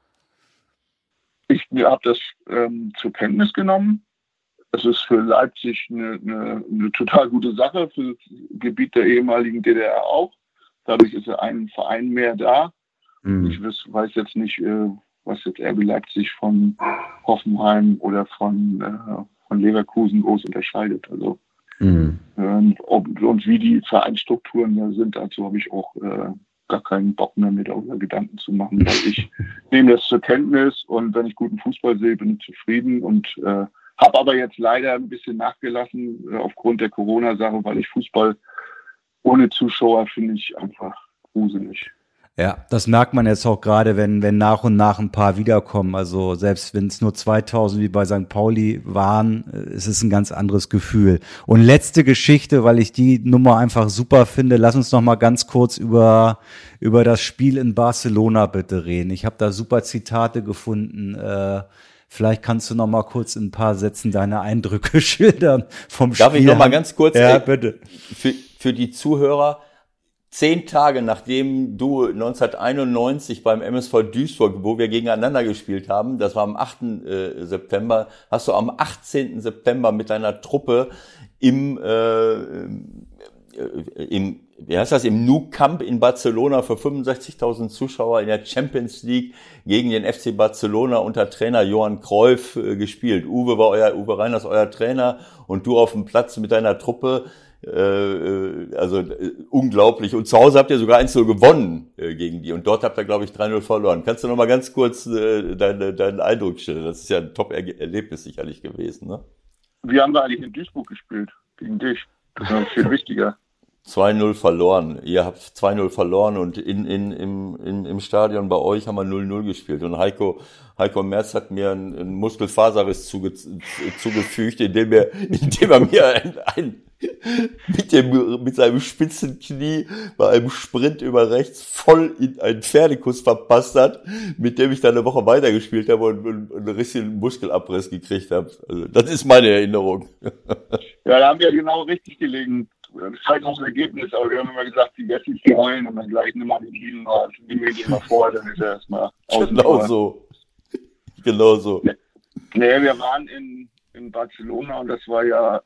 Ich habe das zur Kenntnis genommen. Es ist für Leipzig eine total gute Sache, für das Gebiet der ehemaligen DDR auch. Dadurch ist ja ein Verein mehr da. Ich weiß jetzt nicht, was jetzt RB Leipzig von Hoffenheim oder von Leverkusen groß unterscheidet. Also und wie die Vereinsstrukturen da sind, dazu habe ich auch gar keinen Bock mehr, mir darüber Gedanken zu machen. Weil ich nehme das zur Kenntnis und wenn ich guten Fußball sehe, bin ich zufrieden und habe aber jetzt leider ein bisschen nachgelassen aufgrund der Corona-Sache, weil ich Fußball ohne Zuschauer finde ich einfach gruselig. Ja, das merkt man jetzt auch gerade, wenn nach und nach ein paar wiederkommen. Also selbst wenn es nur 2000 wie bei St. Pauli waren, ist es ein ganz anderes Gefühl. Und letzte Geschichte, weil ich die Nummer einfach super finde, lass uns noch mal ganz kurz über das Spiel in Barcelona bitte reden. Ich habe da super Zitate gefunden. Vielleicht kannst du noch mal kurz in ein paar Sätzen deine Eindrücke schildern vom Spiel. Darf ich noch mal ganz kurz? Ja, bitte. Für die Zuhörer, 10 Tage nachdem du 1991 beim MSV Duisburg, wo wir gegeneinander gespielt haben, das war am 8. September, hast du am 18. September mit deiner Truppe im Nou Camp in Barcelona für 65.000 Zuschauer in der Champions League gegen den FC Barcelona unter Trainer Johann Cruyff gespielt. Uwe Reiners, euer Trainer, und du auf dem Platz mit deiner Truppe. Also unglaublich. Und zu Hause habt ihr sogar 1-0 gewonnen gegen die. Und dort habt ihr, glaube ich, 3-0 verloren. Kannst du noch mal ganz kurz deinen Eindruck schildern? Das ist ja ein Top-Erlebnis sicherlich gewesen, ne? Wie haben wir eigentlich in Duisburg gespielt? Gegen dich. Das war viel wichtiger. 2-0 verloren. Ihr habt 2-0 verloren und im Stadion bei euch haben wir 0-0 gespielt. Und Heiko Merz hat mir einen Muskelfaserriss zugefügt, indem er mir mit seinem spitzen Knie bei einem Sprint über rechts voll in einen Pferdekuss verpasst hat, mit dem ich dann eine Woche weitergespielt habe und einen richtigen Muskelabriss gekriegt habe. Also, das ist meine Erinnerung. Ja, da haben wir genau richtig gelegen. Das ist halt auch ein Ergebnis, aber wir haben immer gesagt, die Wessis heulen und dann gleich nimm mal den Lieden raus, nimm mir den mal vor, dann ist er erstmal außen vor. Genau so. Nee, wir waren in Barcelona und das war ja,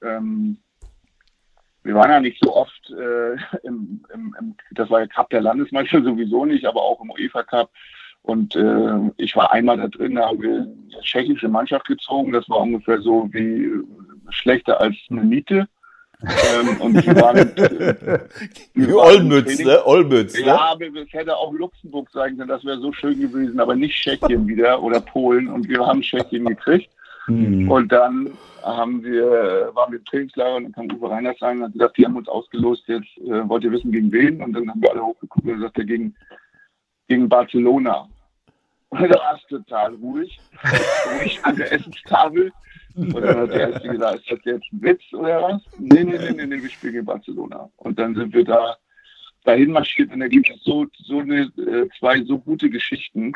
wir waren ja nicht so oft das war ja Cup der Landesmeister sowieso nicht, aber auch im UEFA Cup. Und ich war einmal da drin, da haben wir eine tschechische Mannschaft gezogen, das war ungefähr so wie schlechter als eine Miete. Und die waren Olmütz, ne? Olmütz, ne? Ja, aber es hätte auch Luxemburg sein können, das wäre so schön gewesen, aber nicht Tschechien wieder oder Polen. Und wir haben Tschechien gekriegt. Und dann waren wir im Trainingslager und dann kam Uwe Reiners rein und hat gesagt, die haben uns ausgelost, jetzt wollt ihr wissen, gegen wen? Und dann haben wir alle hochgeguckt und gesagt, gegen Barcelona. Und da war es total ruhig an der Essenstafel. Und dann hat der Erste gesagt, ist das jetzt ein Witz oder was? Nee, wir spielen in Barcelona. Und dann sind wir dahin marschiert und da gibt es zwei so gute Geschichten.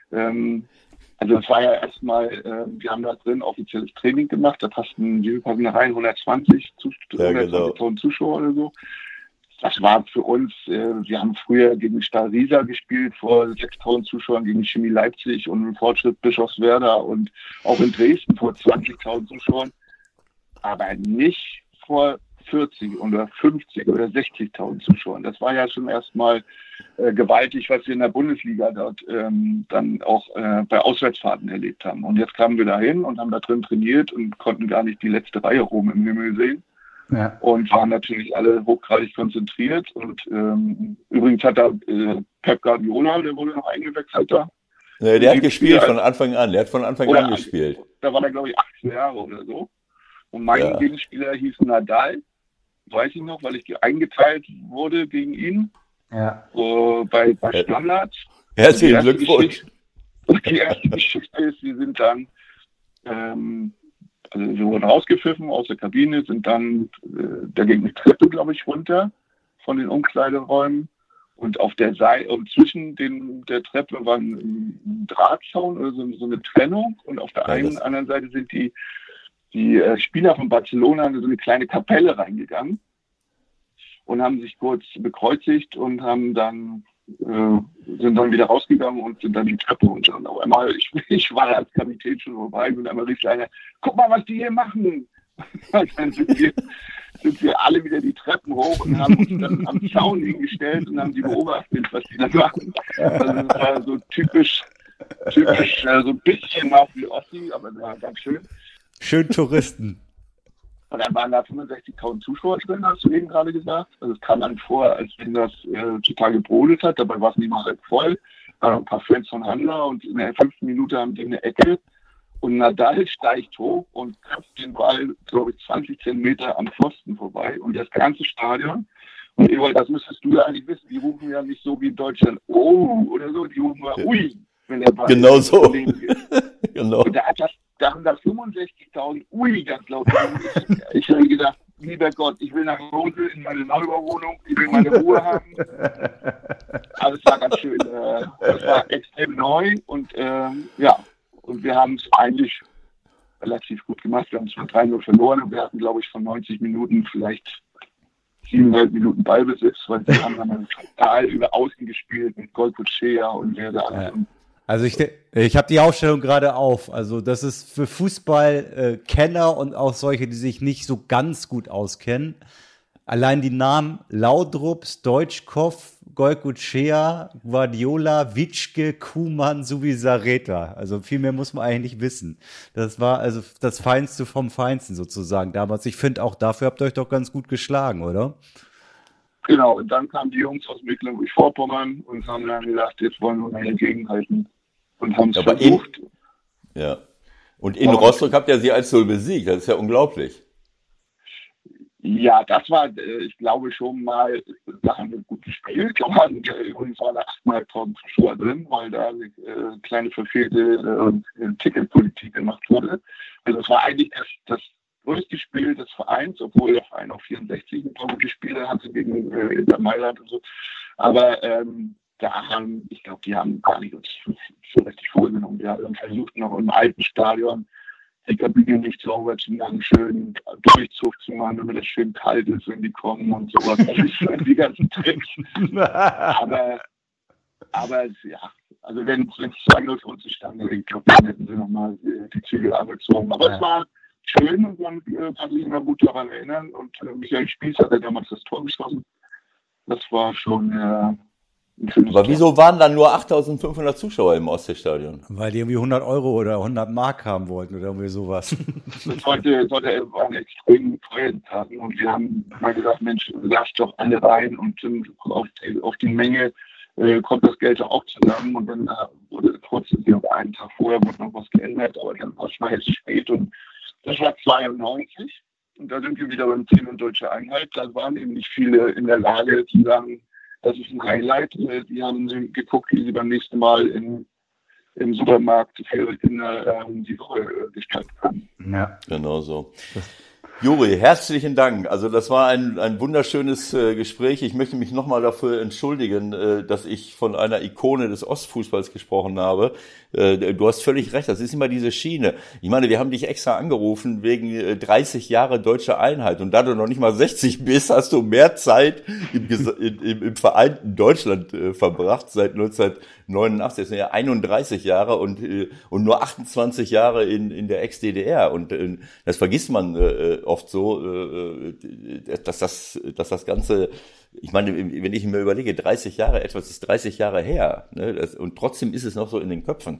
Also es war ja erstmal, wir haben da drin offizielles Training gemacht, da passten rein 120 Zuschauer oder so. Das war für uns, wir haben früher gegen Stahl Riesa gespielt, vor 6.000 Zuschauern gegen Chemie Leipzig und im Fortschritt Bischofswerda und auch in Dresden vor 20.000 Zuschauern, aber nicht vor 40 oder 50 oder 60.000 Zuschauern. Das war ja schon erstmal gewaltig, was wir in der Bundesliga dort dann auch bei Auswärtsfahrten erlebt haben. Und jetzt kamen wir dahin und haben da drin trainiert und konnten gar nicht die letzte Reihe oben im Himmel sehen. Ja. Und waren natürlich alle hochgradig konzentriert. Und übrigens hat da Pep Guardiola, der wurde noch eingewechselt da. Ja, der hat gespielt von Anfang an. Der hat von Anfang an gespielt. Da war er, glaube ich, 18 Jahre oder so. Und mein Gegenspieler hieß Nadal. Weiß ich noch, weil ich eingeteilt wurde gegen ihn. Ja. Bei Standard. Herzlichen Glückwunsch. Die erste Geschichte ist, wir sind dann, also wir wurden rausgepfiffen aus der Kabine, sind dann, da ging eine Treppe, glaube ich, runter von den Umkleideräumen. Und auf der Seite, und zwischen der Treppe war ein Drahtzaun oder so eine Trennung. Und auf der einen anderen Seite sind die Spieler von Barcelona in so eine kleine Kapelle reingegangen und haben sich kurz bekreuzigt und haben dann sind dann wieder rausgegangen und sind dann die Treppe runter. Und auf einmal, ich war als Kapitän schon vorbei und einmal rief einer, guck mal, was die hier machen. Und dann sind wir alle wieder die Treppen hoch und haben uns dann am Zaun hingestellt und haben die beobachtet, was die da machen. Also das war so typisch so ein bisschen auch wie Ossi, aber das war ganz schön. Schön Touristen. Und dann waren da 65.000 Zuschauer drin, hast du eben gerade gesagt. Also es kam dann vor, als wenn das total gebrodelt hat. Dabei war es nicht mal halb voll. Ein paar Fans von Handler und in der 5. Minute haben die eine Ecke. Und Nadal steigt hoch und köpft den Ball, glaube ich, 20 Zentimeter am Pfosten vorbei. Und das ganze Stadion. Und Ewald, das müsstest du ja eigentlich wissen. Die rufen ja nicht so wie in Deutschland, oh, oder so. Die rufen mal, ui, wenn der Ball genau so. Genau. Und da haben da 65.000 Ui ganz laut. Ich habe gedacht, lieber Gott, ich will nach Hause in meine Neubauwohnung, ich will meine Ruhe haben. Aber es war ganz schön. Es war extrem neu und und wir haben es eigentlich relativ gut gemacht. Wir haben zwar 3-0 verloren und wir hatten, glaube ich, von 90 Minuten vielleicht 7,5 Minuten Ballbesitz, weil wir haben dann total über Außen gespielt mit Golkutschea und wer da alles. Also ich habe die Aufstellung gerade auf. Also das ist für Fußballkenner und auch solche, die sich nicht so ganz gut auskennen. Allein die Namen Laudrup, Stoichkov, Goicoechea, Guardiola, Witschke, Kuhmann sowie Sareta. Also viel mehr muss man eigentlich nicht wissen. Das war also das Feinste vom Feinsten sozusagen damals. Ich finde auch dafür habt ihr euch doch ganz gut geschlagen, oder? Genau, und dann kamen die Jungs aus Mecklenburg-Vorpommern und haben dann gedacht, jetzt wollen wir mal dagegenhalten. Und haben es versucht. Und in Rostock habt ihr sie 1-0 besiegt. Das ist ja unglaublich. Ja, das war, ich glaube schon mal, da haben wir gut gespielt. Übrigens waren da 8.500 Zuschauer drin, weil da eine kleine verfehlte Ticketpolitik gemacht wurde. Also es war eigentlich das größte Spiel des Vereins, obwohl der Verein auch 64 gute Spiele hatte gegen Inter Mailand und so. Aber ich glaube, die haben gar nicht uns so richtig vorgenommen. Wir haben versucht, noch im alten Stadion die Kabine nicht sauber zu machen, schön Durchzug zu machen, damit es schön kalt ist, wenn die kommen und sowas. Also die ganzen Tricks. aber ja, also wenn es 2-0 für uns zustande, ich glaube, dann hätten sie nochmal die Zügel angezogen. Aber es war schön und man kann sich immer gut daran erinnern. Und Michael Spieß hat ja damals das Tor geschossen. Das war schon ein schönes Aber wieso waren dann nur 8.500 Zuschauer im Ostseestadion? Weil die irgendwie 100 Euro oder 100 Mark haben wollten oder irgendwie sowas. Das war eine extrem Feiertagen und wir haben mal gesagt, Mensch, lass doch alle rein und auf die Menge kommt das Geld auch zusammen und dann wurde trotzdem einen Tag vorher wurde noch was geändert, aber dann war es mal jetzt spät und das war 92 und da sind wir wieder beim Thema Deutsche Einheit. Da waren eben nicht viele in der Lage, die sagen, das ist ein Highlight. Die haben geguckt, wie sie beim nächsten Mal im Supermarkt für Kinder die Woche gestalten können. Ja, genau so. Juri, herzlichen Dank. Also das war ein wunderschönes Gespräch. Ich möchte mich nochmal dafür entschuldigen, dass ich von einer Ikone des Ostfußballs gesprochen habe. Du hast völlig recht, das ist immer diese Schiene. Ich meine, wir haben dich extra angerufen wegen 30 Jahre deutsche Einheit. Und da du noch nicht mal 60 bist, hast du mehr Zeit im vereinten Deutschland verbracht, seit 1989. Das sind ja 31 Jahre und nur 28 Jahre in der Ex-DDR. Und das vergisst man oft so, dass das Ganze, ich meine, wenn ich mir überlege, 30 Jahre, etwas ist 30 Jahre her, ne, und trotzdem ist es noch so in den Köpfen.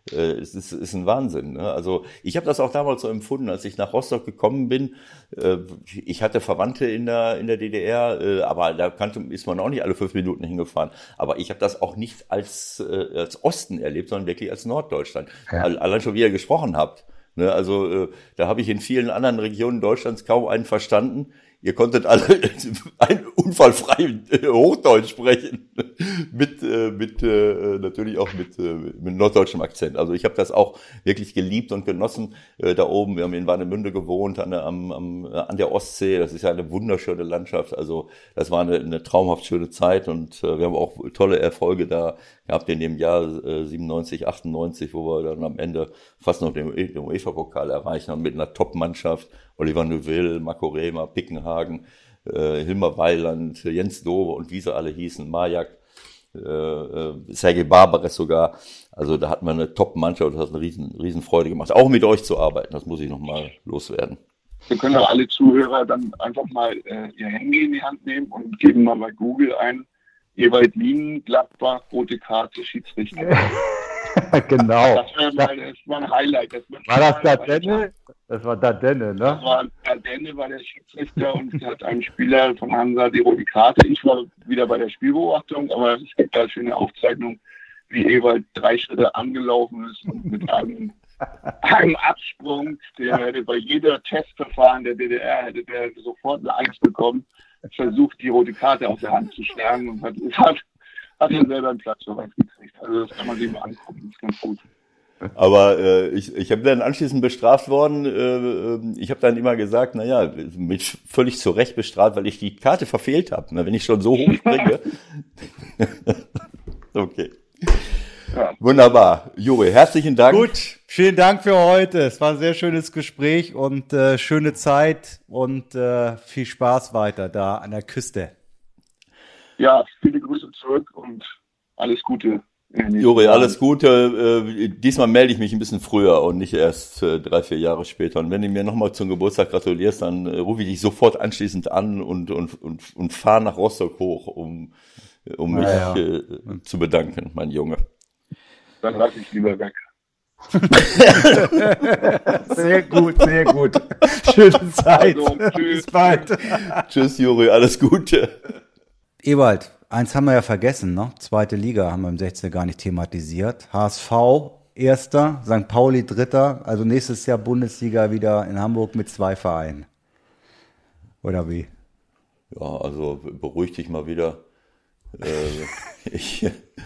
Es ist ein Wahnsinn. Ne? Also ich habe das auch damals so empfunden, als ich nach Rostock gekommen bin. Ich hatte Verwandte in der DDR, aber da ist man auch nicht alle 5 Minuten hingefahren. Aber ich habe das auch nicht als Osten erlebt, sondern wirklich als Norddeutschland. Ja. Allein schon, wie ihr gesprochen habt. Ne? Also da habe ich in vielen anderen Regionen Deutschlands kaum einen verstanden. Ihr konntet alle ein unfallfrei Hochdeutsch sprechen, natürlich auch mit norddeutschem Akzent. Also ich habe das auch wirklich geliebt und genossen da oben. Wir haben in Warnemünde gewohnt, an der Ostsee. Das ist ja eine wunderschöne Landschaft. Also das war eine traumhaft schöne Zeit und wir haben auch tolle Erfolge da gehabt in dem Jahr 97, 98, wo wir dann am Ende fast noch den UEFA-Pokal erreichen haben mit einer Top-Mannschaft. Oliver Neuville, Marco Rehmer, Pickenhagen, Hilmar Weiland, Jens Dove und wie sie alle hießen, Majak, Sergej Barbares sogar. Also da hatten wir eine Top-Mannschaft und das hat eine riesen Freude gemacht. Auch mit euch zu arbeiten, das muss ich nochmal loswerden. Wir können auch alle Zuhörer dann einfach mal ihr Handy in die Hand nehmen und geben mal bei Google ein, Ewald Lien, Gladbach, rote Karte, Schiedsrichter. Genau. Das war ein Highlight. War das Dardenne? Das war Dardenne, ne? Dardenne war der Schiedsrichter und hat einem Spieler von Hansa die rote Karte. Ich war wieder bei der Spielbeobachtung, aber es gibt da schöne Aufzeichnungen, wie Ewald 3 Schritte angelaufen ist und mit einem Absprung, der hätte bei jeder Testverfahren der DDR hätte der sofort eine 1 bekommen, versucht die rote Karte aus der Hand zu schlagen und hat dann selber einen Platzverweis gekriegt. Also das kann man sich mal angucken, das ist ganz gut. Aber ich habe dann anschließend bestraft worden. Ich habe dann immer gesagt, naja, mich völlig zu Recht bestraft, weil ich die Karte verfehlt habe. Wenn ich schon so hoch springe. Okay. Ja. Wunderbar. Juri, herzlichen Dank. Gut, vielen Dank für heute. Es war ein sehr schönes Gespräch und schöne Zeit und viel Spaß weiter da an der Küste. Ja, viele Grüße zurück und alles Gute. Juri, alles Gute. Diesmal melde ich mich ein bisschen früher und nicht erst 3-4 Jahre später. Und wenn du mir nochmal zum Geburtstag gratulierst, dann rufe ich dich sofort anschließend an und fahre nach Rostock hoch, um mich zu bedanken, mein Junge. Dann lasse ich lieber weg. Sehr gut, sehr gut. Schöne Zeit. Also, bis bald. Tschüss, Juri, alles Gute. Ewald, eins haben wir ja vergessen, ne? 2. Liga haben wir im 16. gar nicht thematisiert. HSV, 1., St. Pauli, 3. Also nächstes Jahr Bundesliga wieder in Hamburg mit 2 Vereinen. Oder wie? Ja, also beruhig dich mal wieder. Ich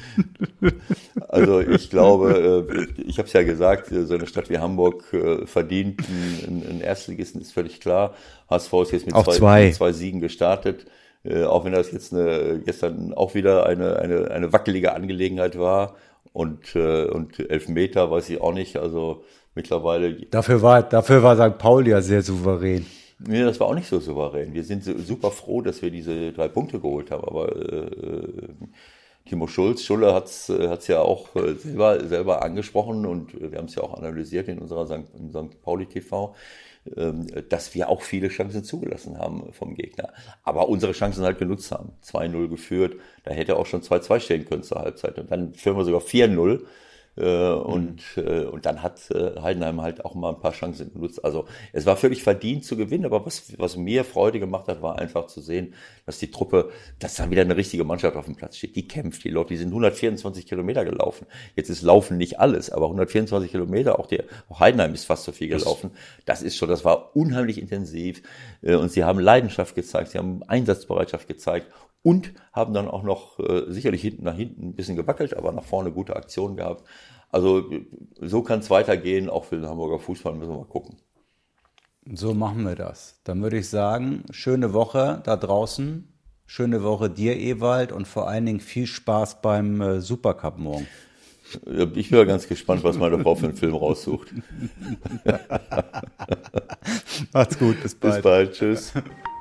glaube, ich habe es ja gesagt, so eine Stadt wie Hamburg verdient einen Erstligisten, ist völlig klar. HSV ist jetzt mit zwei Siegen gestartet. Auch wenn das jetzt gestern auch wieder eine wackelige Angelegenheit war und Elfmeter, weiß ich auch nicht, also mittlerweile. Dafür war St. Pauli ja sehr souverän. Nee, das war auch nicht so souverän. Wir sind super froh, dass wir diese 3 Punkte geholt haben, aber Timo Schulle hat's ja auch selber angesprochen und wir haben es ja auch analysiert in unserer St. Pauli TV, dass wir auch viele Chancen zugelassen haben vom Gegner. Aber unsere Chancen halt genutzt haben. 2-0 geführt, da hätte auch schon 2-2 stehen können zur Halbzeit. Und dann führen wir sogar 4-0. Und dann hat Heidenheim halt auch mal ein paar Chancen genutzt. Also es war völlig verdient zu gewinnen, aber was mir Freude gemacht hat, war einfach zu sehen, dass die Truppe, dass da wieder eine richtige Mannschaft auf dem Platz steht. Die kämpft, die läuft, die sind 124 Kilometer gelaufen. Jetzt ist Laufen nicht alles, aber 124 Kilometer, auch Heidenheim ist fast so viel gelaufen. Das war unheimlich intensiv und sie haben Leidenschaft gezeigt, sie haben Einsatzbereitschaft gezeigt. Und haben dann auch noch sicherlich nach hinten ein bisschen gewackelt, aber nach vorne gute Aktionen gehabt. Also so kann es weitergehen, auch für den Hamburger Fußball, müssen wir mal gucken. So machen wir das. Dann würde ich sagen, schöne Woche da draußen, schöne Woche dir, Ewald, und vor allen Dingen viel Spaß beim Supercup morgen. Ich bin ja ganz gespannt, was meine Frau für einen Film raussucht. Macht's gut, bis bald. Bis bald, tschüss.